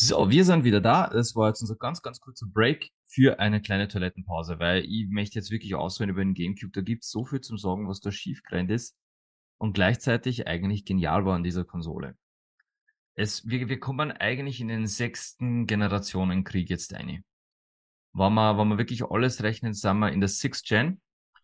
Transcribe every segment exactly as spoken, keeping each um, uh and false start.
So, wir sind wieder da. Es war jetzt unser ganz, ganz kurzer Break für eine kleine Toilettenpause, weil ich möchte jetzt wirklich ausholen über den GameCube. Da gibt's so viel zum Sagen, was da schiefgerannt ist und gleichzeitig eigentlich genial war an dieser Konsole. Es, wir, wir kommen eigentlich in den sechsten Generationenkrieg jetzt rein. Wenn wir, wenn wir wirklich alles rechnen, sind wir in der Sixth Gen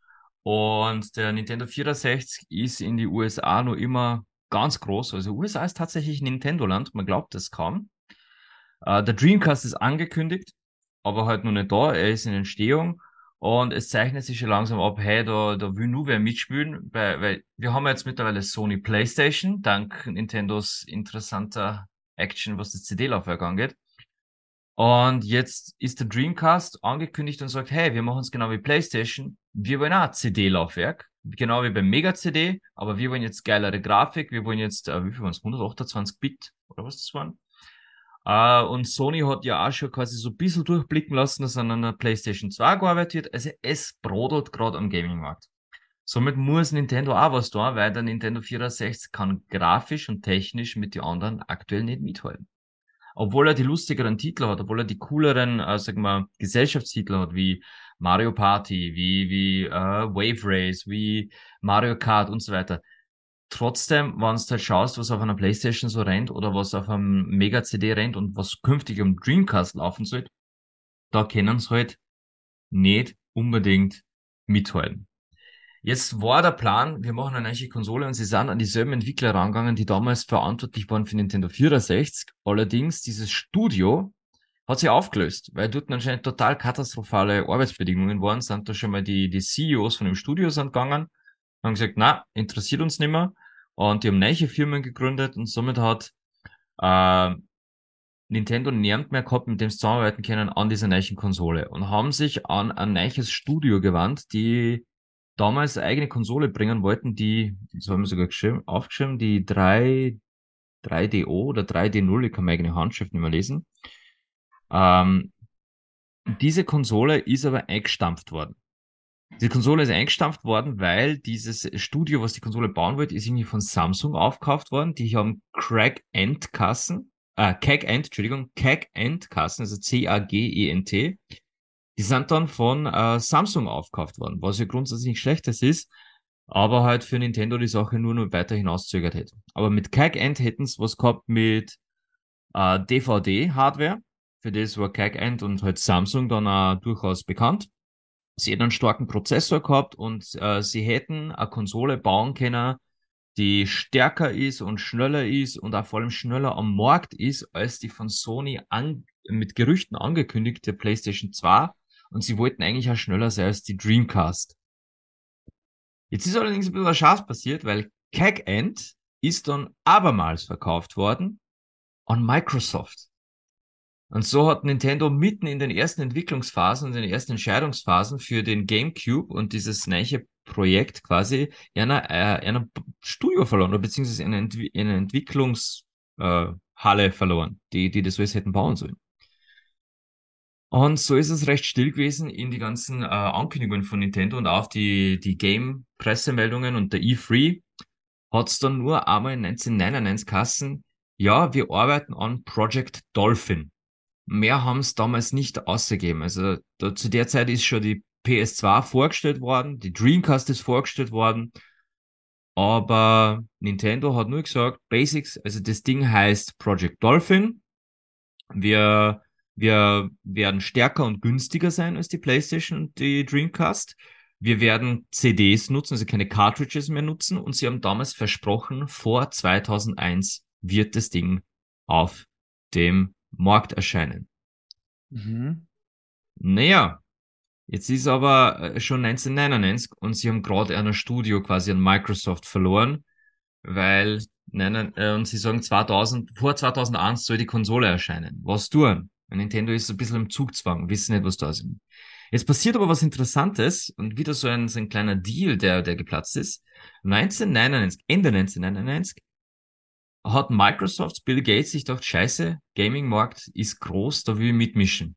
und der Nintendo vierundsechzig ist in die U S A noch immer ganz groß. Also U S A ist tatsächlich Nintendo-Land, man glaubt es kaum. Äh, der Dreamcast ist angekündigt, aber halt noch nicht da. Er ist in Entstehung und es zeichnet sich schon langsam ab, hey, da, da will nur wer mitspielen, weil, weil wir haben jetzt mittlerweile Sony PlayStation, dank Nintendos interessanter Action, was das C D-Laufwerk angeht. Und jetzt ist der Dreamcast angekündigt und sagt, hey, wir machen es genau wie PlayStation. Wir wollen auch ein C D-Laufwerk, genau wie beim Mega-C D, aber wir wollen jetzt geilere Grafik, wir wollen jetzt, äh, wie viel waren es, hundertachtundzwanzig Bit oder was das waren? Äh, und Sony hat ja auch schon quasi so ein bisschen durchblicken lassen, dass an einer PlayStation zwei gearbeitet wird. Also es brodelt gerade am Gaming-Markt. Somit muss Nintendo auch was tun, weil der Nintendo vierundsechzig kann grafisch und technisch mit den anderen aktuell nicht mithalten. Obwohl er die lustigeren Titel hat, obwohl er die cooleren, äh, sag mal, Gesellschaftstitel hat, wie Mario Party, wie, wie äh, Wave Race, wie Mario Kart und so weiter. Trotzdem, wenn du halt schaust, was auf einer PlayStation so rennt oder was auf einem Mega-C D rennt und was künftig am Dreamcast laufen soll, da können sie halt nicht unbedingt mithalten. Jetzt war der Plan, wir machen eine neue Konsole und sie sind an dieselben Entwickler rangegangen, die damals verantwortlich waren für Nintendo vierundsechzig. Allerdings, dieses Studio hat sich aufgelöst, weil dort anscheinend total katastrophale Arbeitsbedingungen waren, sind da schon mal die, die C E Os von dem Studio sind gegangen, haben gesagt, na, interessiert uns nicht mehr. Und die haben neue Firmen gegründet und somit hat äh, Nintendo niemand mehr gehabt, mit dem sie zusammenarbeiten können an dieser neuen Konsole und haben sich an ein neues Studio gewandt, die damals eine eigene Konsole bringen wollten, die, das haben wir sogar geschrieben, aufgeschrieben, die drei, drei D O oder drei D null, ich kann meine eigene Handschrift nicht mehr lesen. Ähm, diese Konsole ist aber eingestampft worden. Die Konsole ist eingestampft worden, weil dieses Studio, was die Konsole bauen wollte, ist irgendwie von Samsung aufgekauft worden. Die haben Craig Ent Kassen, äh, Cag Ent, Entschuldigung, Cag Ent Kassen, also C A G E N T. Die sind dann von äh, Samsung aufgekauft worden, was ja grundsätzlich nicht schlechtes ist, aber halt für Nintendo die Sache nur noch weiter hinauszögert hätte. Aber mit Cag Ent hätten sie was gehabt mit äh, D V D-Hardware. Für das war Cag Ent und halt Samsung dann auch durchaus bekannt. Sie hätten einen starken Prozessor gehabt und äh, sie hätten eine Konsole bauen können, die stärker ist und schneller ist und auch vor allem schneller am Markt ist, als die von Sony an, mit Gerüchten angekündigte PlayStation zwei. Und sie wollten eigentlich auch schneller sein als die Dreamcast. Jetzt ist allerdings ein bisschen was Schatz passiert, weil Cag-End ist dann abermals verkauft worden an Microsoft. Und so hat Nintendo mitten in den ersten Entwicklungsphasen und den ersten Entscheidungsphasen für den GameCube und dieses neue Projekt quasi einer, äh, einer Studio verloren, oder beziehungsweise eine, Entwi eine Entwicklungshalle äh, Halle verloren, die, die das alles hätten bauen sollen. Und so ist es recht still gewesen in die ganzen äh, Ankündigungen von Nintendo und auch die, die Game-Pressemeldungen und der E drei hat es dann nur einmal in neunzehnhundertneunundneunzig Kassen, ja, wir arbeiten an Project Dolphin. Mehr haben es damals nicht ausgegeben. Also da, zu der Zeit ist schon die P S zwei vorgestellt worden, die Dreamcast ist vorgestellt worden, aber Nintendo hat nur gesagt, Basics, also das Ding heißt Project Dolphin. Wir, wir werden stärker und günstiger sein als die PlayStation und die Dreamcast. Wir werden C Ds nutzen, also keine Cartridges mehr nutzen. Und sie haben damals versprochen, vor zweitausendeins wird das Ding auf dem Markt erscheinen. Mhm. Naja, jetzt ist aber äh, schon neunzehnhundertneunundneunzig und sie haben gerade ein Studio quasi an Microsoft verloren, weil nein, nein, äh, und sie sagen zweitausend, vor zweitausendeins soll die Konsole erscheinen. Was tun? Und Nintendo ist so ein bisschen im Zugzwang, wissen nicht, was da ist. Jetzt passiert aber was Interessantes und wieder so ein, so ein kleiner Deal, der, der geplatzt ist. neunzehnhundertneunundneunzig, Ende neunzehnhundertneunundneunzig hat Microsofts Bill Gates sich gedacht, scheiße, Gaming-Markt ist groß, da will ich mitmischen.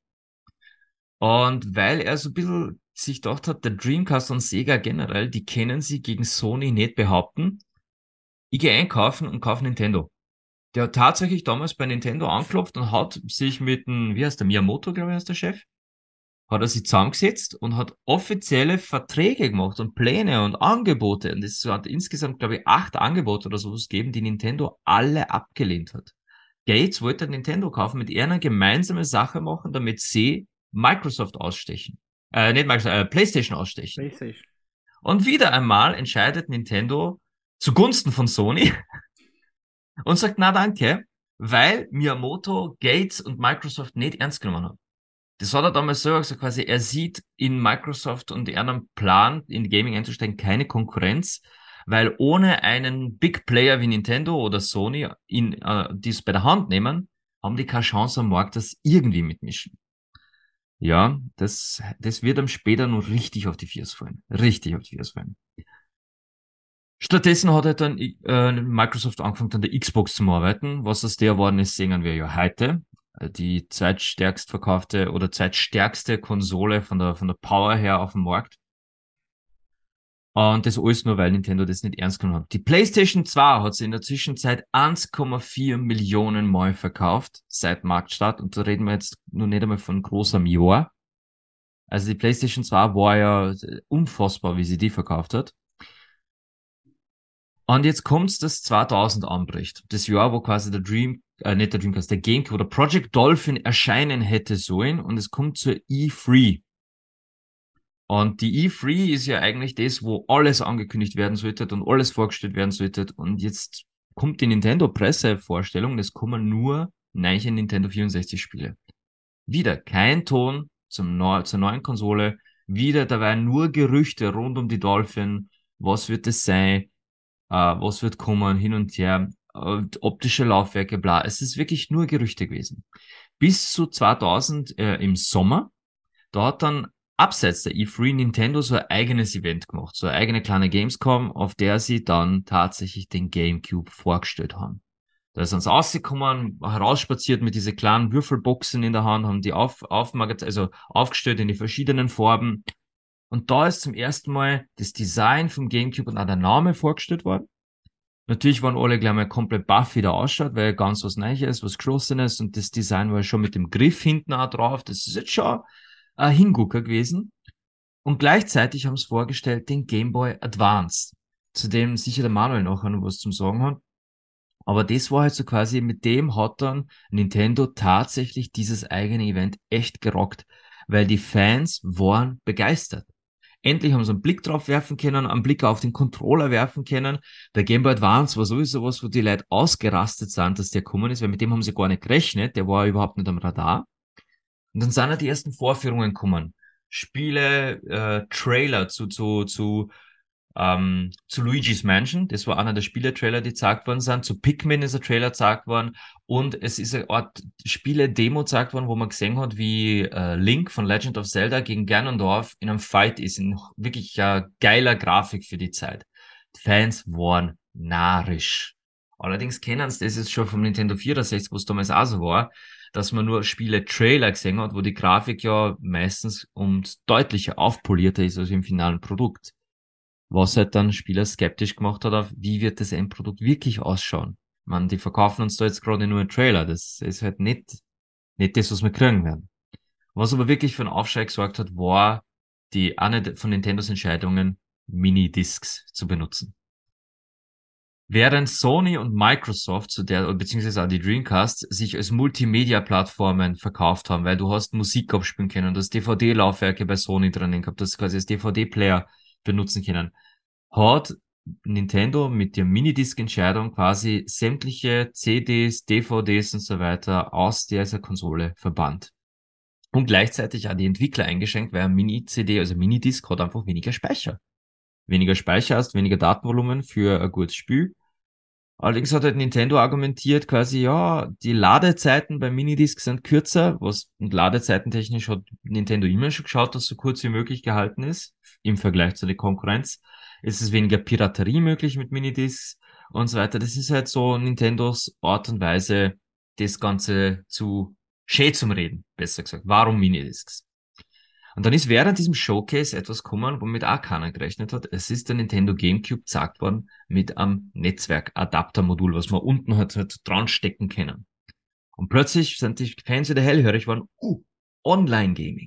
Und weil er so ein bisschen sich gedacht hat, der Dreamcast und Sega generell, die können sie gegen Sony nicht behaupten. Ich gehe einkaufen und kaufe Nintendo. Der hat tatsächlich damals bei Nintendo angeklopft und hat sich mit dem, wie heißt der, Miyamoto, glaube ich, heißt der Chef, hat er sich zusammengesetzt und hat offizielle Verträge gemacht und Pläne und Angebote. Und es hat insgesamt, glaube ich, acht Angebote oder sowas gegeben, die Nintendo alle abgelehnt hat. Gates wollte Nintendo kaufen, mit ihr eine gemeinsame Sache machen, damit sie Microsoft ausstechen. Äh, nicht Microsoft, äh, PlayStation ausstechen. PlayStation. Und wieder einmal entscheidet Nintendo zugunsten von Sony und sagt, na danke, weil Miyamoto, Gates und Microsoft nicht ernst genommen haben. Das hat er damals selber gesagt, quasi, er sieht in Microsoft und ihrem Plan, in Gaming einzusteigen, keine Konkurrenz, weil ohne einen Big Player wie Nintendo oder Sony, in, äh, die es bei der Hand nehmen, haben die keine Chance am Markt, das irgendwie mitmischen. Ja, das, das wird am später noch richtig auf die Viers fallen. Richtig auf die Viers fallen. Stattdessen hat er dann äh, Microsoft angefangen, an der Xbox zu arbeiten. Was aus der geworden ist, sehen wir ja heute. Äh, Die zweitstärkst verkaufte oder zweitstärkste Konsole von der, von der Power her auf dem Markt. Und das alles nur, weil Nintendo das nicht ernst genommen hat. Die PlayStation zwei hat sie in der Zwischenzeit eins Komma vier Millionen Mal verkauft, seit Marktstart. Und da reden wir jetzt nur nicht einmal von großem Jahr. Also die PlayStation zwei war ja unfassbar, wie sie die verkauft hat. Und jetzt kommt's, dass zweitausend anbricht. Das Jahr, wo quasi der Dream, äh, nicht der Dreamcast, der GameCube oder Project Dolphin erscheinen hätte sollen. Und es kommt zur E drei. Und die E drei ist ja eigentlich das, wo alles angekündigt werden sollte und alles vorgestellt werden sollte. Und jetzt kommt die Nintendo-Pressevorstellung, es kommen nur neue Nintendo vierundsechzig Spiele. Wieder kein Ton zum Neu zur neuen Konsole. Wieder dabei nur Gerüchte rund um die Dolphin. Was wird es sein? Äh, was wird kommen? Hin und her. Äh, optische Laufwerke, bla. Es ist wirklich nur Gerüchte gewesen. Bis zu zweitausend äh, im Sommer. Da hat dann abseits der E drei Nintendo so ein eigenes Event gemacht. So eine eigene kleine Gamescom, auf der sie dann tatsächlich den GameCube vorgestellt haben. Da ist uns rausgekommen, herausspaziert mit diesen kleinen Würfelboxen in der Hand, haben die auf, auf, also aufgestellt in die verschiedenen Farben. Und da ist zum ersten Mal das Design vom GameCube und auch der Name vorgestellt worden. Natürlich waren alle gleich mal komplett baff, wie der ausschaut, weil ganz was Neues ist, was Geschlossenes und das Design war schon mit dem Griff hinten auch drauf. Das ist jetzt schon ein Hingucker gewesen. Und gleichzeitig haben sie vorgestellt den Game Boy Advance, zu dem sicher der Manuel nachher noch was zum Sagen hat. Aber das war halt so quasi, mit dem hat dann Nintendo tatsächlich dieses eigene Event echt gerockt, weil die Fans waren begeistert. Endlich haben sie einen Blick drauf werfen können, einen Blick auf den Controller werfen können. Der Game Boy Advance war sowieso was, wo die Leute ausgerastet sind, dass der gekommen ist, weil mit dem haben sie gar nicht gerechnet, der war überhaupt nicht am Radar. Und dann sind ja die ersten Vorführungen gekommen. Spiele, äh, Trailer zu, zu, zu ähm, zu Luigi's Mansion. Das war einer der Spiele-Trailer, die gezeigt worden sind. Zu Pikmin ist ein Trailer gezeigt worden. Und es ist eine Art Spiele-Demo gezeigt worden, wo man gesehen hat, wie äh, Link von Legend of Zelda gegen Ganondorf in einem Fight ist. In wirklich äh, geiler Grafik für die Zeit. Die Fans waren narrisch. Allerdings kennen sie das jetzt schon vom Nintendo vierundsechzig, wo es damals auch so war, dass man nur Spiele-Trailer gesehen hat, wo die Grafik ja meistens und deutlicher aufpolierter ist als im finalen Produkt, was halt dann Spieler skeptisch gemacht hat, auf wie wird das Endprodukt wirklich ausschauen. Man, die verkaufen uns da jetzt gerade nur einen Trailer. Das ist halt nicht, nicht das, was wir kriegen werden. Was aber wirklich für einen Aufschrei gesorgt hat, war die eine von Nintendos Entscheidungen, Mini-Discs zu benutzen. Während Sony und Microsoft zu der, beziehungsweise auch die Dreamcast, sich als Multimedia-Plattformen verkauft haben, weil du hast Musik abspielen können, du hast D V D-Laufwerke bei Sony drinnen gehabt, du hast quasi als D V D-Player benutzen können, hat Nintendo mit der Minidisc-Entscheidung quasi sämtliche C Ds, D V Ds und so weiter aus dieser Konsole verbannt. Und gleichzeitig auch die Entwickler eingeschränkt, weil ein Mini-C D, also Minidisc, hat einfach weniger Speicher. Weniger Speicher hast, weniger Datenvolumen für ein gutes Spiel. Allerdings hat halt Nintendo argumentiert, quasi, ja, die Ladezeiten bei Minidiscs sind kürzer, was und ladezeitentechnisch hat Nintendo immer schon geschaut, dass so kurz wie möglich gehalten ist, im Vergleich zu der Konkurrenz. Es ist weniger Piraterie möglich mit Minidiscs und so weiter. Das ist halt so Nintendos Art und Weise, das Ganze zu schön zum Reden, besser gesagt. Warum Minidiscs? Und dann ist während diesem Showcase etwas gekommen, womit auch keiner gerechnet hat. Es ist der Nintendo GameCube gezeigt worden mit einem Netzwerk-Adapter-Modul, was man unten halt, halt dran stecken können. Und plötzlich sind die Fans wieder hellhörig geworden, uh, Online-Gaming.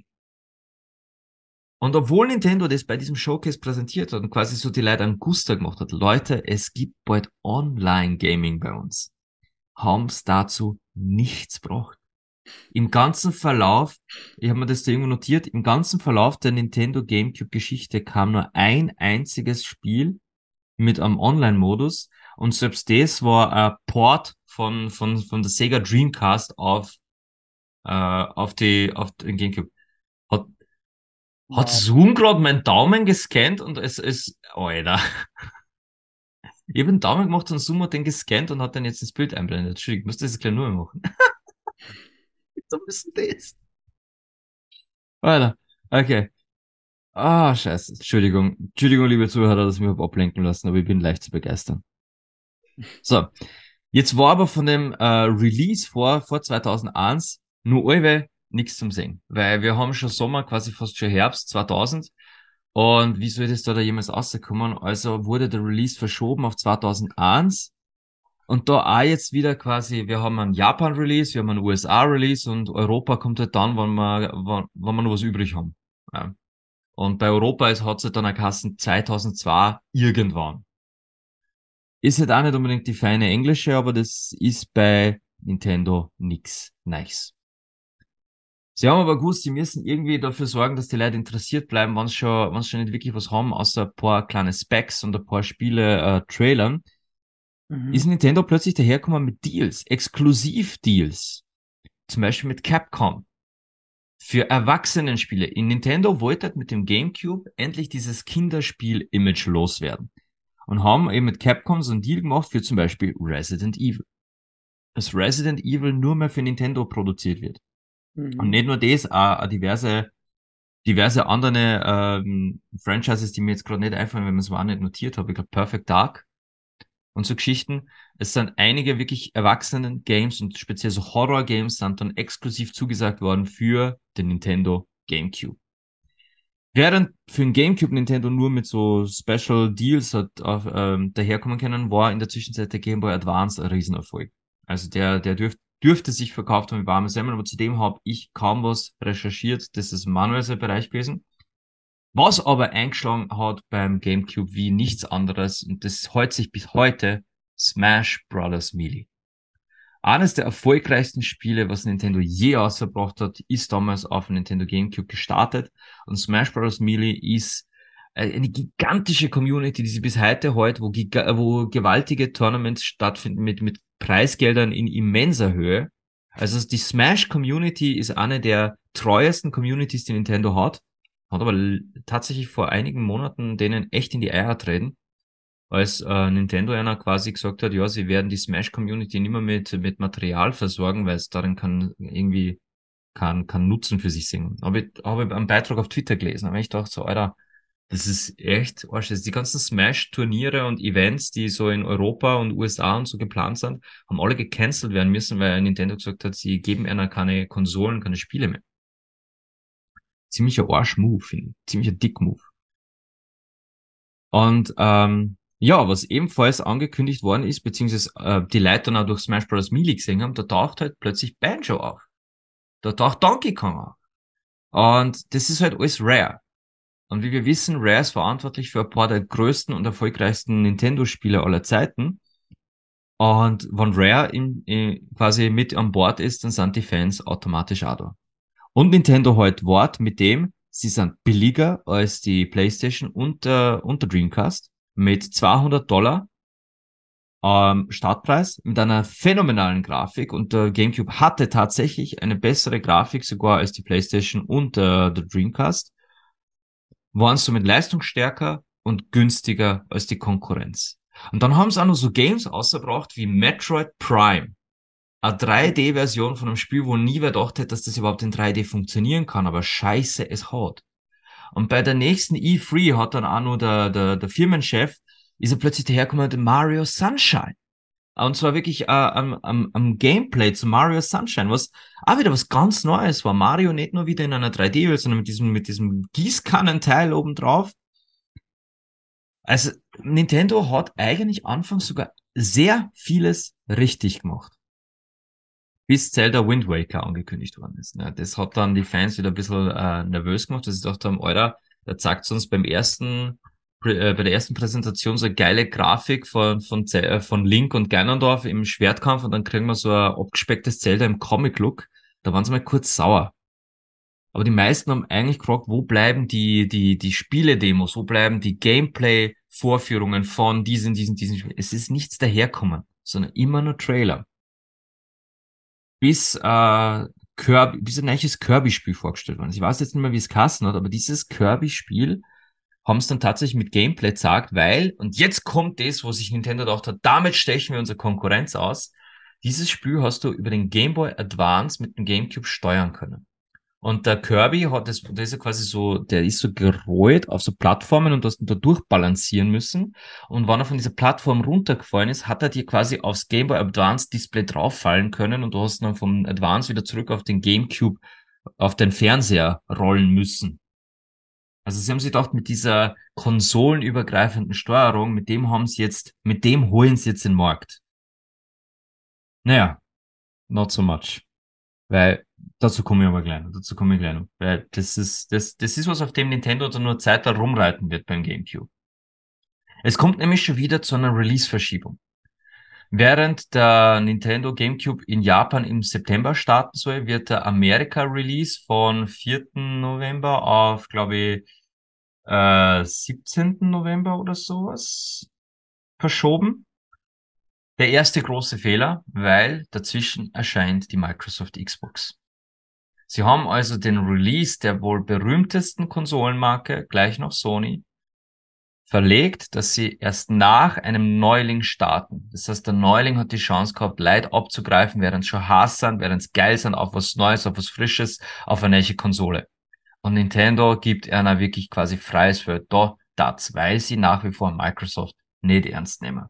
Und obwohl Nintendo das bei diesem Showcase präsentiert hat und quasi so die Leute an Guster gemacht hat, Leute, es gibt bald Online-Gaming bei uns, haben es dazu nichts gebracht. Im ganzen Verlauf, ich habe mir das da irgendwo notiert, im ganzen Verlauf der Nintendo GameCube-Geschichte kam nur ein einziges Spiel mit einem Online-Modus und selbst das war ein Port von, von, von der Sega Dreamcast auf, äh, auf die, auf den GameCube. Hat, hat Wow. Zoom gerade meinen Daumen gescannt und es ist, Alter. Ich habe einen Daumen gemacht und Zoom hat den gescannt und hat dann jetzt ins Bild einblendet. Entschuldigung, ich muss das gleich nur machen. So müssen das. Alter. Okay. Ah, scheiße. Entschuldigung. Entschuldigung, liebe Zuhörer, dass ich mich hab ablenken lassen, aber ich bin leicht zu begeistern. So. Jetzt war aber von dem äh, Release vor, vor zweitausendeins nur allweil nichts zum Sehen. Weil wir haben schon Sommer, quasi fast schon Herbst zweitausend. Und wie soll das da, da jemals rauskommen? Also wurde der Release verschoben auf zweitausendeins. Und da auch jetzt wieder quasi, wir haben einen Japan-Release, wir haben einen U S A-Release und Europa kommt halt dann, wenn wir, wenn, wenn wir noch was übrig haben. Ja. Und bei Europa ist, hat es halt dann eine Kassen zweitausendzwei irgendwann. Ist halt auch nicht unbedingt die feine englische, aber das ist bei Nintendo nix Nice. Sie haben aber gewusst, sie müssen irgendwie dafür sorgen, dass die Leute interessiert bleiben, wenn sie schon, wenn sie schon nicht wirklich was haben, außer ein paar kleine Specs und ein paar Spiele, äh, Trailern. Ist Mhm. Nintendo plötzlich dahergekommen mit Deals, Exklusiv-Deals. Zum Beispiel mit Capcom. Für Erwachsenenspiele. In Nintendo wollte halt mit dem GameCube endlich dieses Kinderspiel-Image loswerden. Und haben eben mit Capcom so einen Deal gemacht für zum Beispiel Resident Evil. Dass Resident Evil nur mehr für Nintendo produziert wird. Und Mhm. nicht nur das, auch diverse, diverse andere ähm, Franchises, die mir jetzt gerade nicht einfallen, wenn man es auch nicht notiert habe. Ich glaube Perfect Dark und so Geschichten. Es sind einige wirklich erwachsenen Games und speziell so Horror-Games sind dann exklusiv zugesagt worden für den Nintendo GameCube. Während für den GameCube Nintendo nur mit so Special Deals hat auf, ähm, daherkommen können, war in der Zwischenzeit der Game Boy Advance ein Riesenerfolg. Also der, der dürf, dürfte sich verkauft haben wie warme Semmeln, aber zudem habe ich kaum was recherchiert. Das ist manueller Bereich gewesen. Was aber eingeschlagen hat beim GameCube wie nichts anderes, und das hält sich bis heute, Smash Bros. Melee. Eines der erfolgreichsten Spiele, was Nintendo je ausgebracht hat, ist damals auf dem Nintendo GameCube gestartet. Und Smash Bros. Melee ist eine gigantische Community, die sie bis heute hält, wo, wo gewaltige Tournaments stattfinden mit, mit Preisgeldern in immenser Höhe. Also die Smash Community ist eine der treuesten Communities, die Nintendo hat. Hat aber tatsächlich vor einigen Monaten denen echt in die Eier treten, als äh, Nintendo einer quasi gesagt hat, ja, sie werden die Smash-Community nicht mehr mit, mit Material versorgen, weil es darin kann irgendwie kein, kein Nutzen für sich sehen. Habe ich, hab ich einen Beitrag auf Twitter gelesen, aber ich dachte so, Alter, das ist echt Arsch. Die ganzen Smash-Turniere und Events, die so in Europa und U S A und so geplant sind, haben alle gecancelt werden müssen, weil Nintendo gesagt hat, sie geben einer keine Konsolen, keine Spiele mehr. Ziemlicher Arsch-Move, finde ich. Ziemlicher Dick-Move. Und ähm, ja, was ebenfalls angekündigt worden ist, beziehungsweise äh, die Leute dann auch durch Smash Bros. Melee gesehen haben, da taucht halt plötzlich Banjo auf. Da taucht Donkey Kong auf. Und das ist halt alles Rare. Und wie wir wissen, Rare ist verantwortlich für ein paar der größten und erfolgreichsten Nintendo-Spiele aller Zeiten. Und wenn Rare in, in, quasi mit an Bord ist, dann sind die Fans automatisch auch da. Und Nintendo halt Wort mit dem, sie sind billiger als die PlayStation und, äh, und der Dreamcast mit zweihundert Dollar ähm, Startpreis mit einer phänomenalen Grafik und der GameCube hatte tatsächlich eine bessere Grafik sogar als die PlayStation und äh, der Dreamcast, waren somit leistungsstärker und günstiger als die Konkurrenz. Und dann haben sie auch noch so Games ausgebracht wie Metroid Prime. Eine drei D-Version von einem Spiel, wo nie wer gedacht hätte, dass das überhaupt in drei D funktionieren kann, aber scheiße, es hat. Und bei der nächsten E drei hat dann auch noch der, der, der Firmenchef, ist er plötzlich dahergekommen mit Mario Sunshine. Und zwar wirklich äh, am, am, am Gameplay zu Mario Sunshine, was auch wieder was ganz Neues war. Mario nicht nur wieder in einer drei D-Welt, sondern mit diesem, mit diesem Gießkannenteil obendrauf. Also Nintendo hat eigentlich anfangs sogar sehr vieles richtig gemacht. Bis Zelda Wind Waker angekündigt worden ist. Ne? Das hat dann die Fans wieder ein bisschen äh, nervös gemacht, dass sie gedacht haben, Alter, da zeigt uns beim ersten, äh, bei der ersten Präsentation so eine geile Grafik von, von, Ze- äh, von Link und Ganondorf im Schwertkampf und dann kriegen wir so ein abgespecktes Zelda im Comic-Look. Da waren sie mal kurz sauer. Aber die meisten haben eigentlich gefragt, wo bleiben die, die, die Spiele-Demos, wo bleiben die Gameplay-Vorführungen von diesen, diesen, diesen Spielen. Es ist nichts daherkommen, sondern immer nur Trailer. Bis, äh, Kirby, bis ein neues Kirby-Spiel vorgestellt worden ist. Ich weiß jetzt nicht mehr, wie es geheißen hat, aber dieses Kirby-Spiel haben es dann tatsächlich mit Gameplay gezeigt, weil, und jetzt kommt das, wo sich Nintendo gedacht hat, damit stechen wir unsere Konkurrenz aus. Dieses Spiel hast du über den Game Boy Advance mit dem GameCube steuern können. Und der Kirby hat das, das ist ja quasi so, der ist so gerollt auf so Plattformen und du hast ihn da durchbalancieren müssen. Und wenn er von dieser Plattform runtergefallen ist, hat er dir quasi aufs Game Boy Advance Display drauffallen können und du hast dann vom Advance wieder zurück auf den GameCube, auf den Fernseher rollen müssen. Also sie haben sich gedacht, mit dieser konsolenübergreifenden Steuerung, mit dem haben sie jetzt, mit dem holen sie jetzt den Markt. Naja, not so much. Weil, dazu komme ich aber gleich noch, dazu komme ich gleich noch. Weil das ist, das, das ist was, auf dem Nintendo dann nur Zeit rumreiten wird beim GameCube. Es kommt nämlich schon wieder zu einer Release-Verschiebung. Während der Nintendo GameCube in Japan im September starten soll, wird der Amerika-Release von vierten November auf, glaube ich, äh, siebzehnten November oder sowas verschoben. Der erste große Fehler, weil dazwischen erscheint die Microsoft Xbox. Sie haben also den Release der wohl berühmtesten Konsolenmarke, gleich noch Sony, verlegt, dass sie erst nach einem Neuling starten. Das heißt, der Neuling hat die Chance gehabt, Leid abzugreifen, während es schon heiß sind, während es geil sind, auf was Neues, auf was Frisches, auf eine neue Konsole. Und Nintendo gibt einer wirklich quasi freies Feld da, das, weil sie nach wie vor Microsoft nicht ernst nehmen.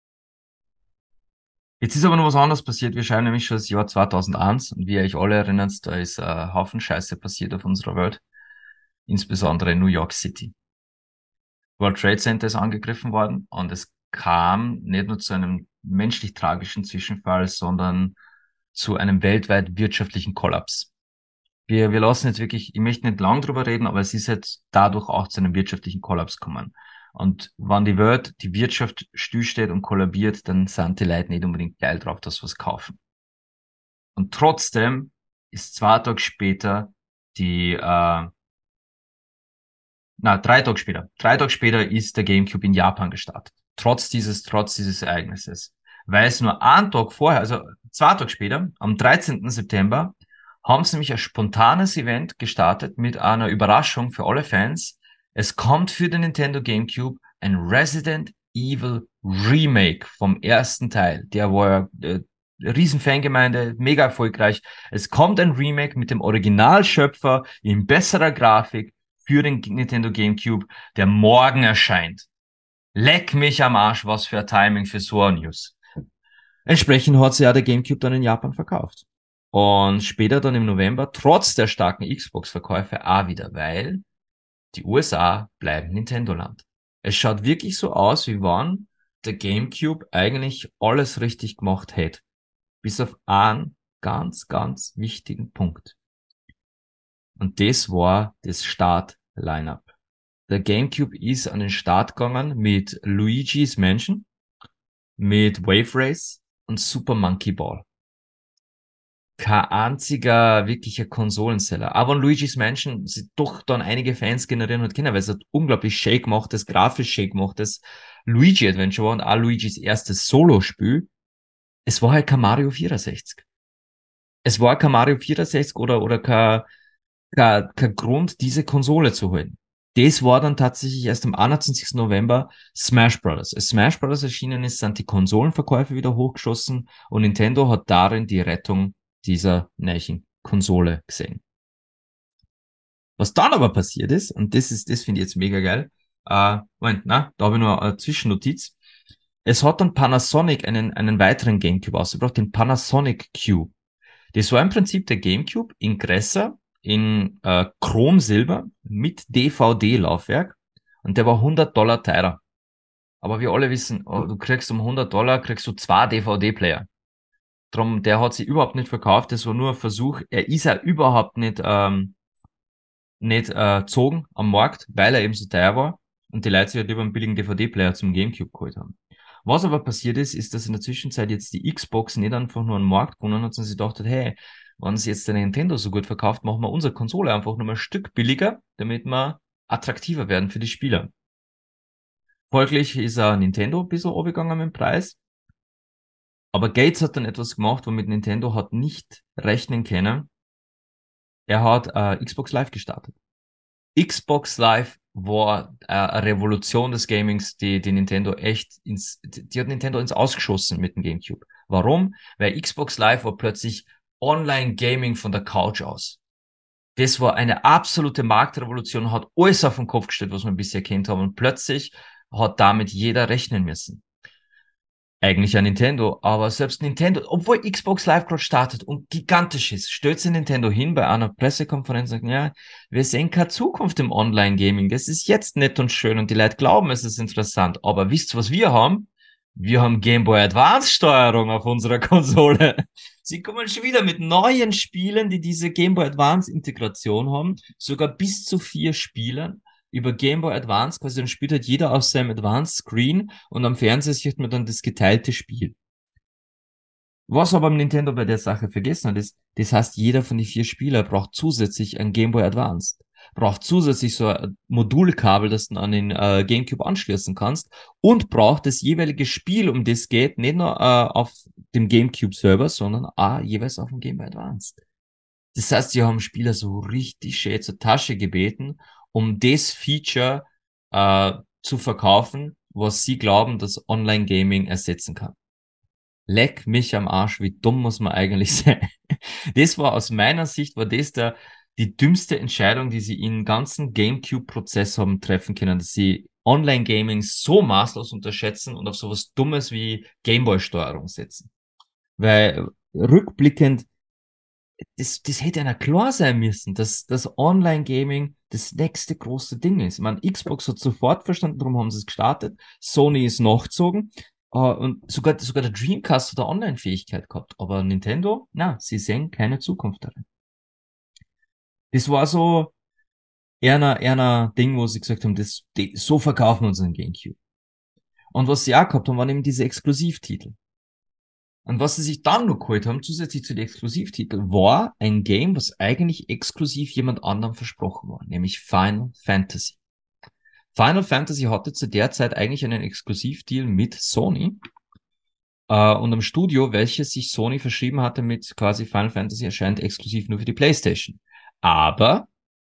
Jetzt ist aber noch was anderes passiert. Wir schreiben nämlich schon das Jahr zweitausendeins und wie ihr euch alle erinnert, da ist ein Haufen Scheiße passiert auf unserer Welt, insbesondere in New York City. World Trade Center ist angegriffen worden und es kam nicht nur zu einem menschlich tragischen Zwischenfall, sondern zu einem weltweit wirtschaftlichen Kollaps. Wir, wir lassen jetzt wirklich, ich möchte nicht lang drüber reden, aber es ist jetzt dadurch auch zu einem wirtschaftlichen Kollaps gekommen. Und wenn die Welt, die Wirtschaft stillsteht und kollabiert, dann sind die Leute nicht unbedingt geil drauf, dass sie was kaufen. Und trotzdem ist zwei Tage später die, äh, na, drei Tage später, drei Tage später ist der GameCube in Japan gestartet. Trotz dieses, trotz dieses Ereignisses. Weil es nur einen Tag vorher, also zwei Tage später, am dreizehnten September, haben sie nämlich ein spontanes Event gestartet mit einer Überraschung für alle Fans. Es kommt für den Nintendo GameCube ein Resident Evil Remake vom ersten Teil. Der war äh, Riesenfangemeinde, mega erfolgreich. Es kommt ein Remake mit dem Originalschöpfer in besserer Grafik für den Nintendo GameCube, der morgen erscheint. Leck mich am Arsch, was für ein Timing für so eine News. Entsprechend hat sich ja der GameCube dann in Japan verkauft. Und später dann im November, trotz der starken Xbox-Verkäufe, auch wieder, weil die U S A bleiben Nintendo-Land. Es schaut wirklich so aus, wie wenn der GameCube eigentlich alles richtig gemacht hätte. Bis auf einen ganz, ganz wichtigen Punkt. Und das war das Start-Lineup. Der GameCube ist an den Start gegangen mit Luigi's Mansion, mit Wave Race und Super Monkey Ball. Kein einziger wirklicher Konsolenseller. Aber an Luigi's Mansion sie doch dann einige Fans generieren hat können, weil es hat unglaublich shake gemacht, das grafisch shake gemacht, das Luigi Adventure war und auch Luigis erstes Solo-Spiel. Es war halt kein Mario vierundsechzig. Es war kein Mario vierundsechzig oder, oder kein, kein, kein Grund, diese Konsole zu holen. Das war dann tatsächlich erst am einundzwanzigsten November Smash Bros. Als Smash Bros. Erschienen ist, sind die Konsolenverkäufe wieder hochgeschossen und Nintendo hat darin die Rettung dieser neuen Konsole gesehen. Was dann aber passiert ist, und das ist, das finde ich jetzt mega geil, äh, Moment, na, da habe ich nur eine Zwischennotiz. Es hat dann Panasonic einen, einen weiteren GameCube ausgebracht, den Panasonic Cube. Das war im Prinzip der GameCube in größer, in äh, Chromsilber mit D V D-Laufwerk und der war hundert Dollar teurer. Aber wir alle wissen, oh, du kriegst um hundert Dollar kriegst du zwei D V D-Player. Drum, der hat sich überhaupt nicht verkauft, das war nur ein Versuch. Er ist ja überhaupt nicht, ähm, nicht äh, gezogen am Markt, weil er eben so teuer war und die Leute sich halt lieber einen billigen D V D-Player zum GameCube geholt haben. Was aber passiert ist, ist, dass in der Zwischenzeit jetzt die Xbox nicht einfach nur einen Markt gewonnen hat, sondern sie dachte, hey, wenn es jetzt der Nintendo so gut verkauft, machen wir unsere Konsole einfach nur mal ein Stück billiger, damit wir attraktiver werden für die Spieler. Folglich ist auch Nintendo ein bisschen runtergegangen mit dem Preis. Aber Gates hat dann etwas gemacht, womit Nintendo hat nicht rechnen können. Er hat äh, Xbox Live gestartet. Xbox Live war äh, eine Revolution des Gamings, die, die Nintendo echt ins, die hat Nintendo ins Ausgeschossen mit dem GameCube. Warum? Weil Xbox Live war plötzlich Online-Gaming von der Couch aus. Das war eine absolute Marktrevolution, hat alles auf den Kopf gestellt, was wir bisher kennt haben. Und plötzlich hat damit jeder rechnen müssen. Eigentlich ja Nintendo, aber selbst Nintendo, obwohl Xbox Live gerade startet und gigantisch ist, stellt sich Nintendo hin bei einer Pressekonferenz und sagt, ja, wir sehen keine Zukunft im Online-Gaming. Das ist jetzt nett und schön und die Leute glauben, es ist interessant. Aber wisst ihr, was wir haben? Wir haben Game Boy Advance Steuerung auf unserer Konsole. Sie kommen schon wieder mit neuen Spielen, die diese Game Boy Advance Integration haben, sogar bis zu vier Spielern über Game Boy Advance, quasi dann spielt halt jeder auf seinem Advance Screen und am Fernseher sieht man dann das geteilte Spiel. Was aber am Nintendo bei der Sache vergessen hat, ist, das heißt, jeder von den vier Spielern braucht zusätzlich ein Game Boy Advance. Braucht zusätzlich so ein Modulkabel, das du an den äh, GameCube anschließen kannst und braucht das jeweilige Spiel, um das geht, nicht nur äh, auf dem GameCube Server, sondern auch jeweils auf dem Game Boy Advance. Das heißt, sie haben Spieler so richtig schön zur Tasche gebeten, um das Feature äh, zu verkaufen, was sie glauben, dass Online-Gaming ersetzen kann. Leck mich am Arsch, wie dumm muss man eigentlich sein? Das war aus meiner Sicht, war das der, die dümmste Entscheidung, die sie im ganzen GameCube-Prozess haben treffen können, dass sie Online-Gaming so maßlos unterschätzen und auf sowas Dummes wie Gameboy-Steuerung setzen. Weil rückblickend das, das hätte einer klar sein müssen, dass das Online-Gaming das nächste große Ding ist. Ich meine, Xbox hat sofort verstanden, darum haben sie es gestartet. Sony ist nachgezogen. Uh, und sogar, sogar der Dreamcast hat eine Online-Fähigkeit gehabt. Aber Nintendo, na, sie sehen keine Zukunft darin. Das war so eher ein Ding, wo sie gesagt haben, das, die, so verkaufen wir unseren GameCube. Und was sie auch gehabt haben, waren eben diese Exklusivtitel. Und was sie sich dann noch geholt haben, zusätzlich zu den Exklusivtiteln, war ein Game, was eigentlich exklusiv jemand anderem versprochen war, nämlich Final Fantasy. Final Fantasy hatte zu der Zeit eigentlich einen Exklusivdeal mit Sony äh, und einem Studio, welches sich Sony verschrieben hatte mit quasi Final Fantasy erscheint exklusiv nur für die PlayStation. Aber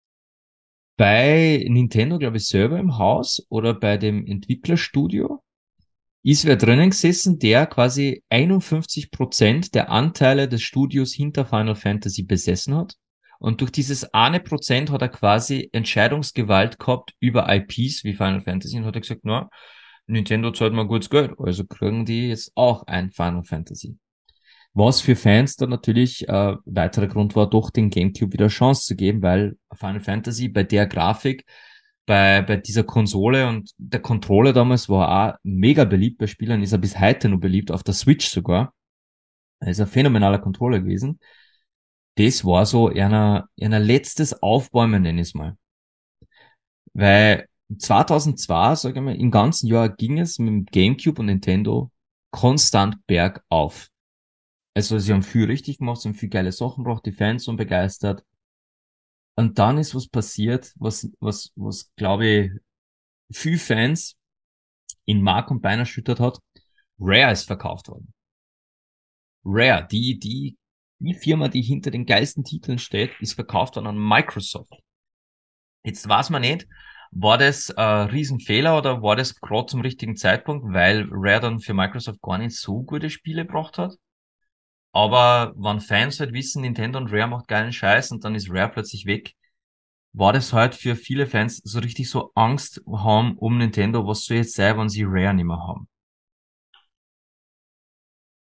bei Nintendo, glaube ich, selber im Haus oder bei dem Entwicklerstudio ist wer drinnen gesessen, der quasi einundfünfzig Prozent der Anteile des Studios hinter Final Fantasy besessen hat. Und durch dieses eine Prozent hat er quasi Entscheidungsgewalt gehabt über I Ps wie Final Fantasy und hat er gesagt, na, Nintendo zahlt mal gutes Geld, also kriegen die jetzt auch ein Final Fantasy. Was für Fans dann natürlich äh, weiterer Grund war, doch den GameCube wieder Chance zu geben, weil Final Fantasy bei der Grafik bei, bei dieser Konsole und der Controller damals war auch mega beliebt bei Spielern, ist er bis heute noch beliebt, auf der Switch sogar. Er ist ein phänomenaler Controller gewesen. Das war so einer, einer letztes Aufbäumen, nenne ich es mal. Weil zweitausendzwei, sage ich mal, im ganzen Jahr ging es mit dem GameCube und Nintendo konstant bergauf. Also sie haben viel richtig gemacht, sie haben viel geile Sachen gebracht, die Fans sind begeistert. Und dann ist was passiert, was, was, was glaube ich, viel Fans in Mark und Bein erschüttert hat. Rare ist verkauft worden. Rare, die, die, die Firma, die hinter den geilsten Titeln steht, ist verkauft worden an Microsoft. Jetzt weiß man nicht, war das ein Riesenfehler oder war das gerade zum richtigen Zeitpunkt, weil Rare dann für Microsoft gar nicht so gute Spiele gebracht hat. Aber wenn Fans halt wissen, Nintendo und Rare macht geilen Scheiß und dann ist Rare plötzlich weg, war das halt für viele Fans so richtig so Angst haben um Nintendo, was soll jetzt sein, wenn sie Rare nicht mehr haben.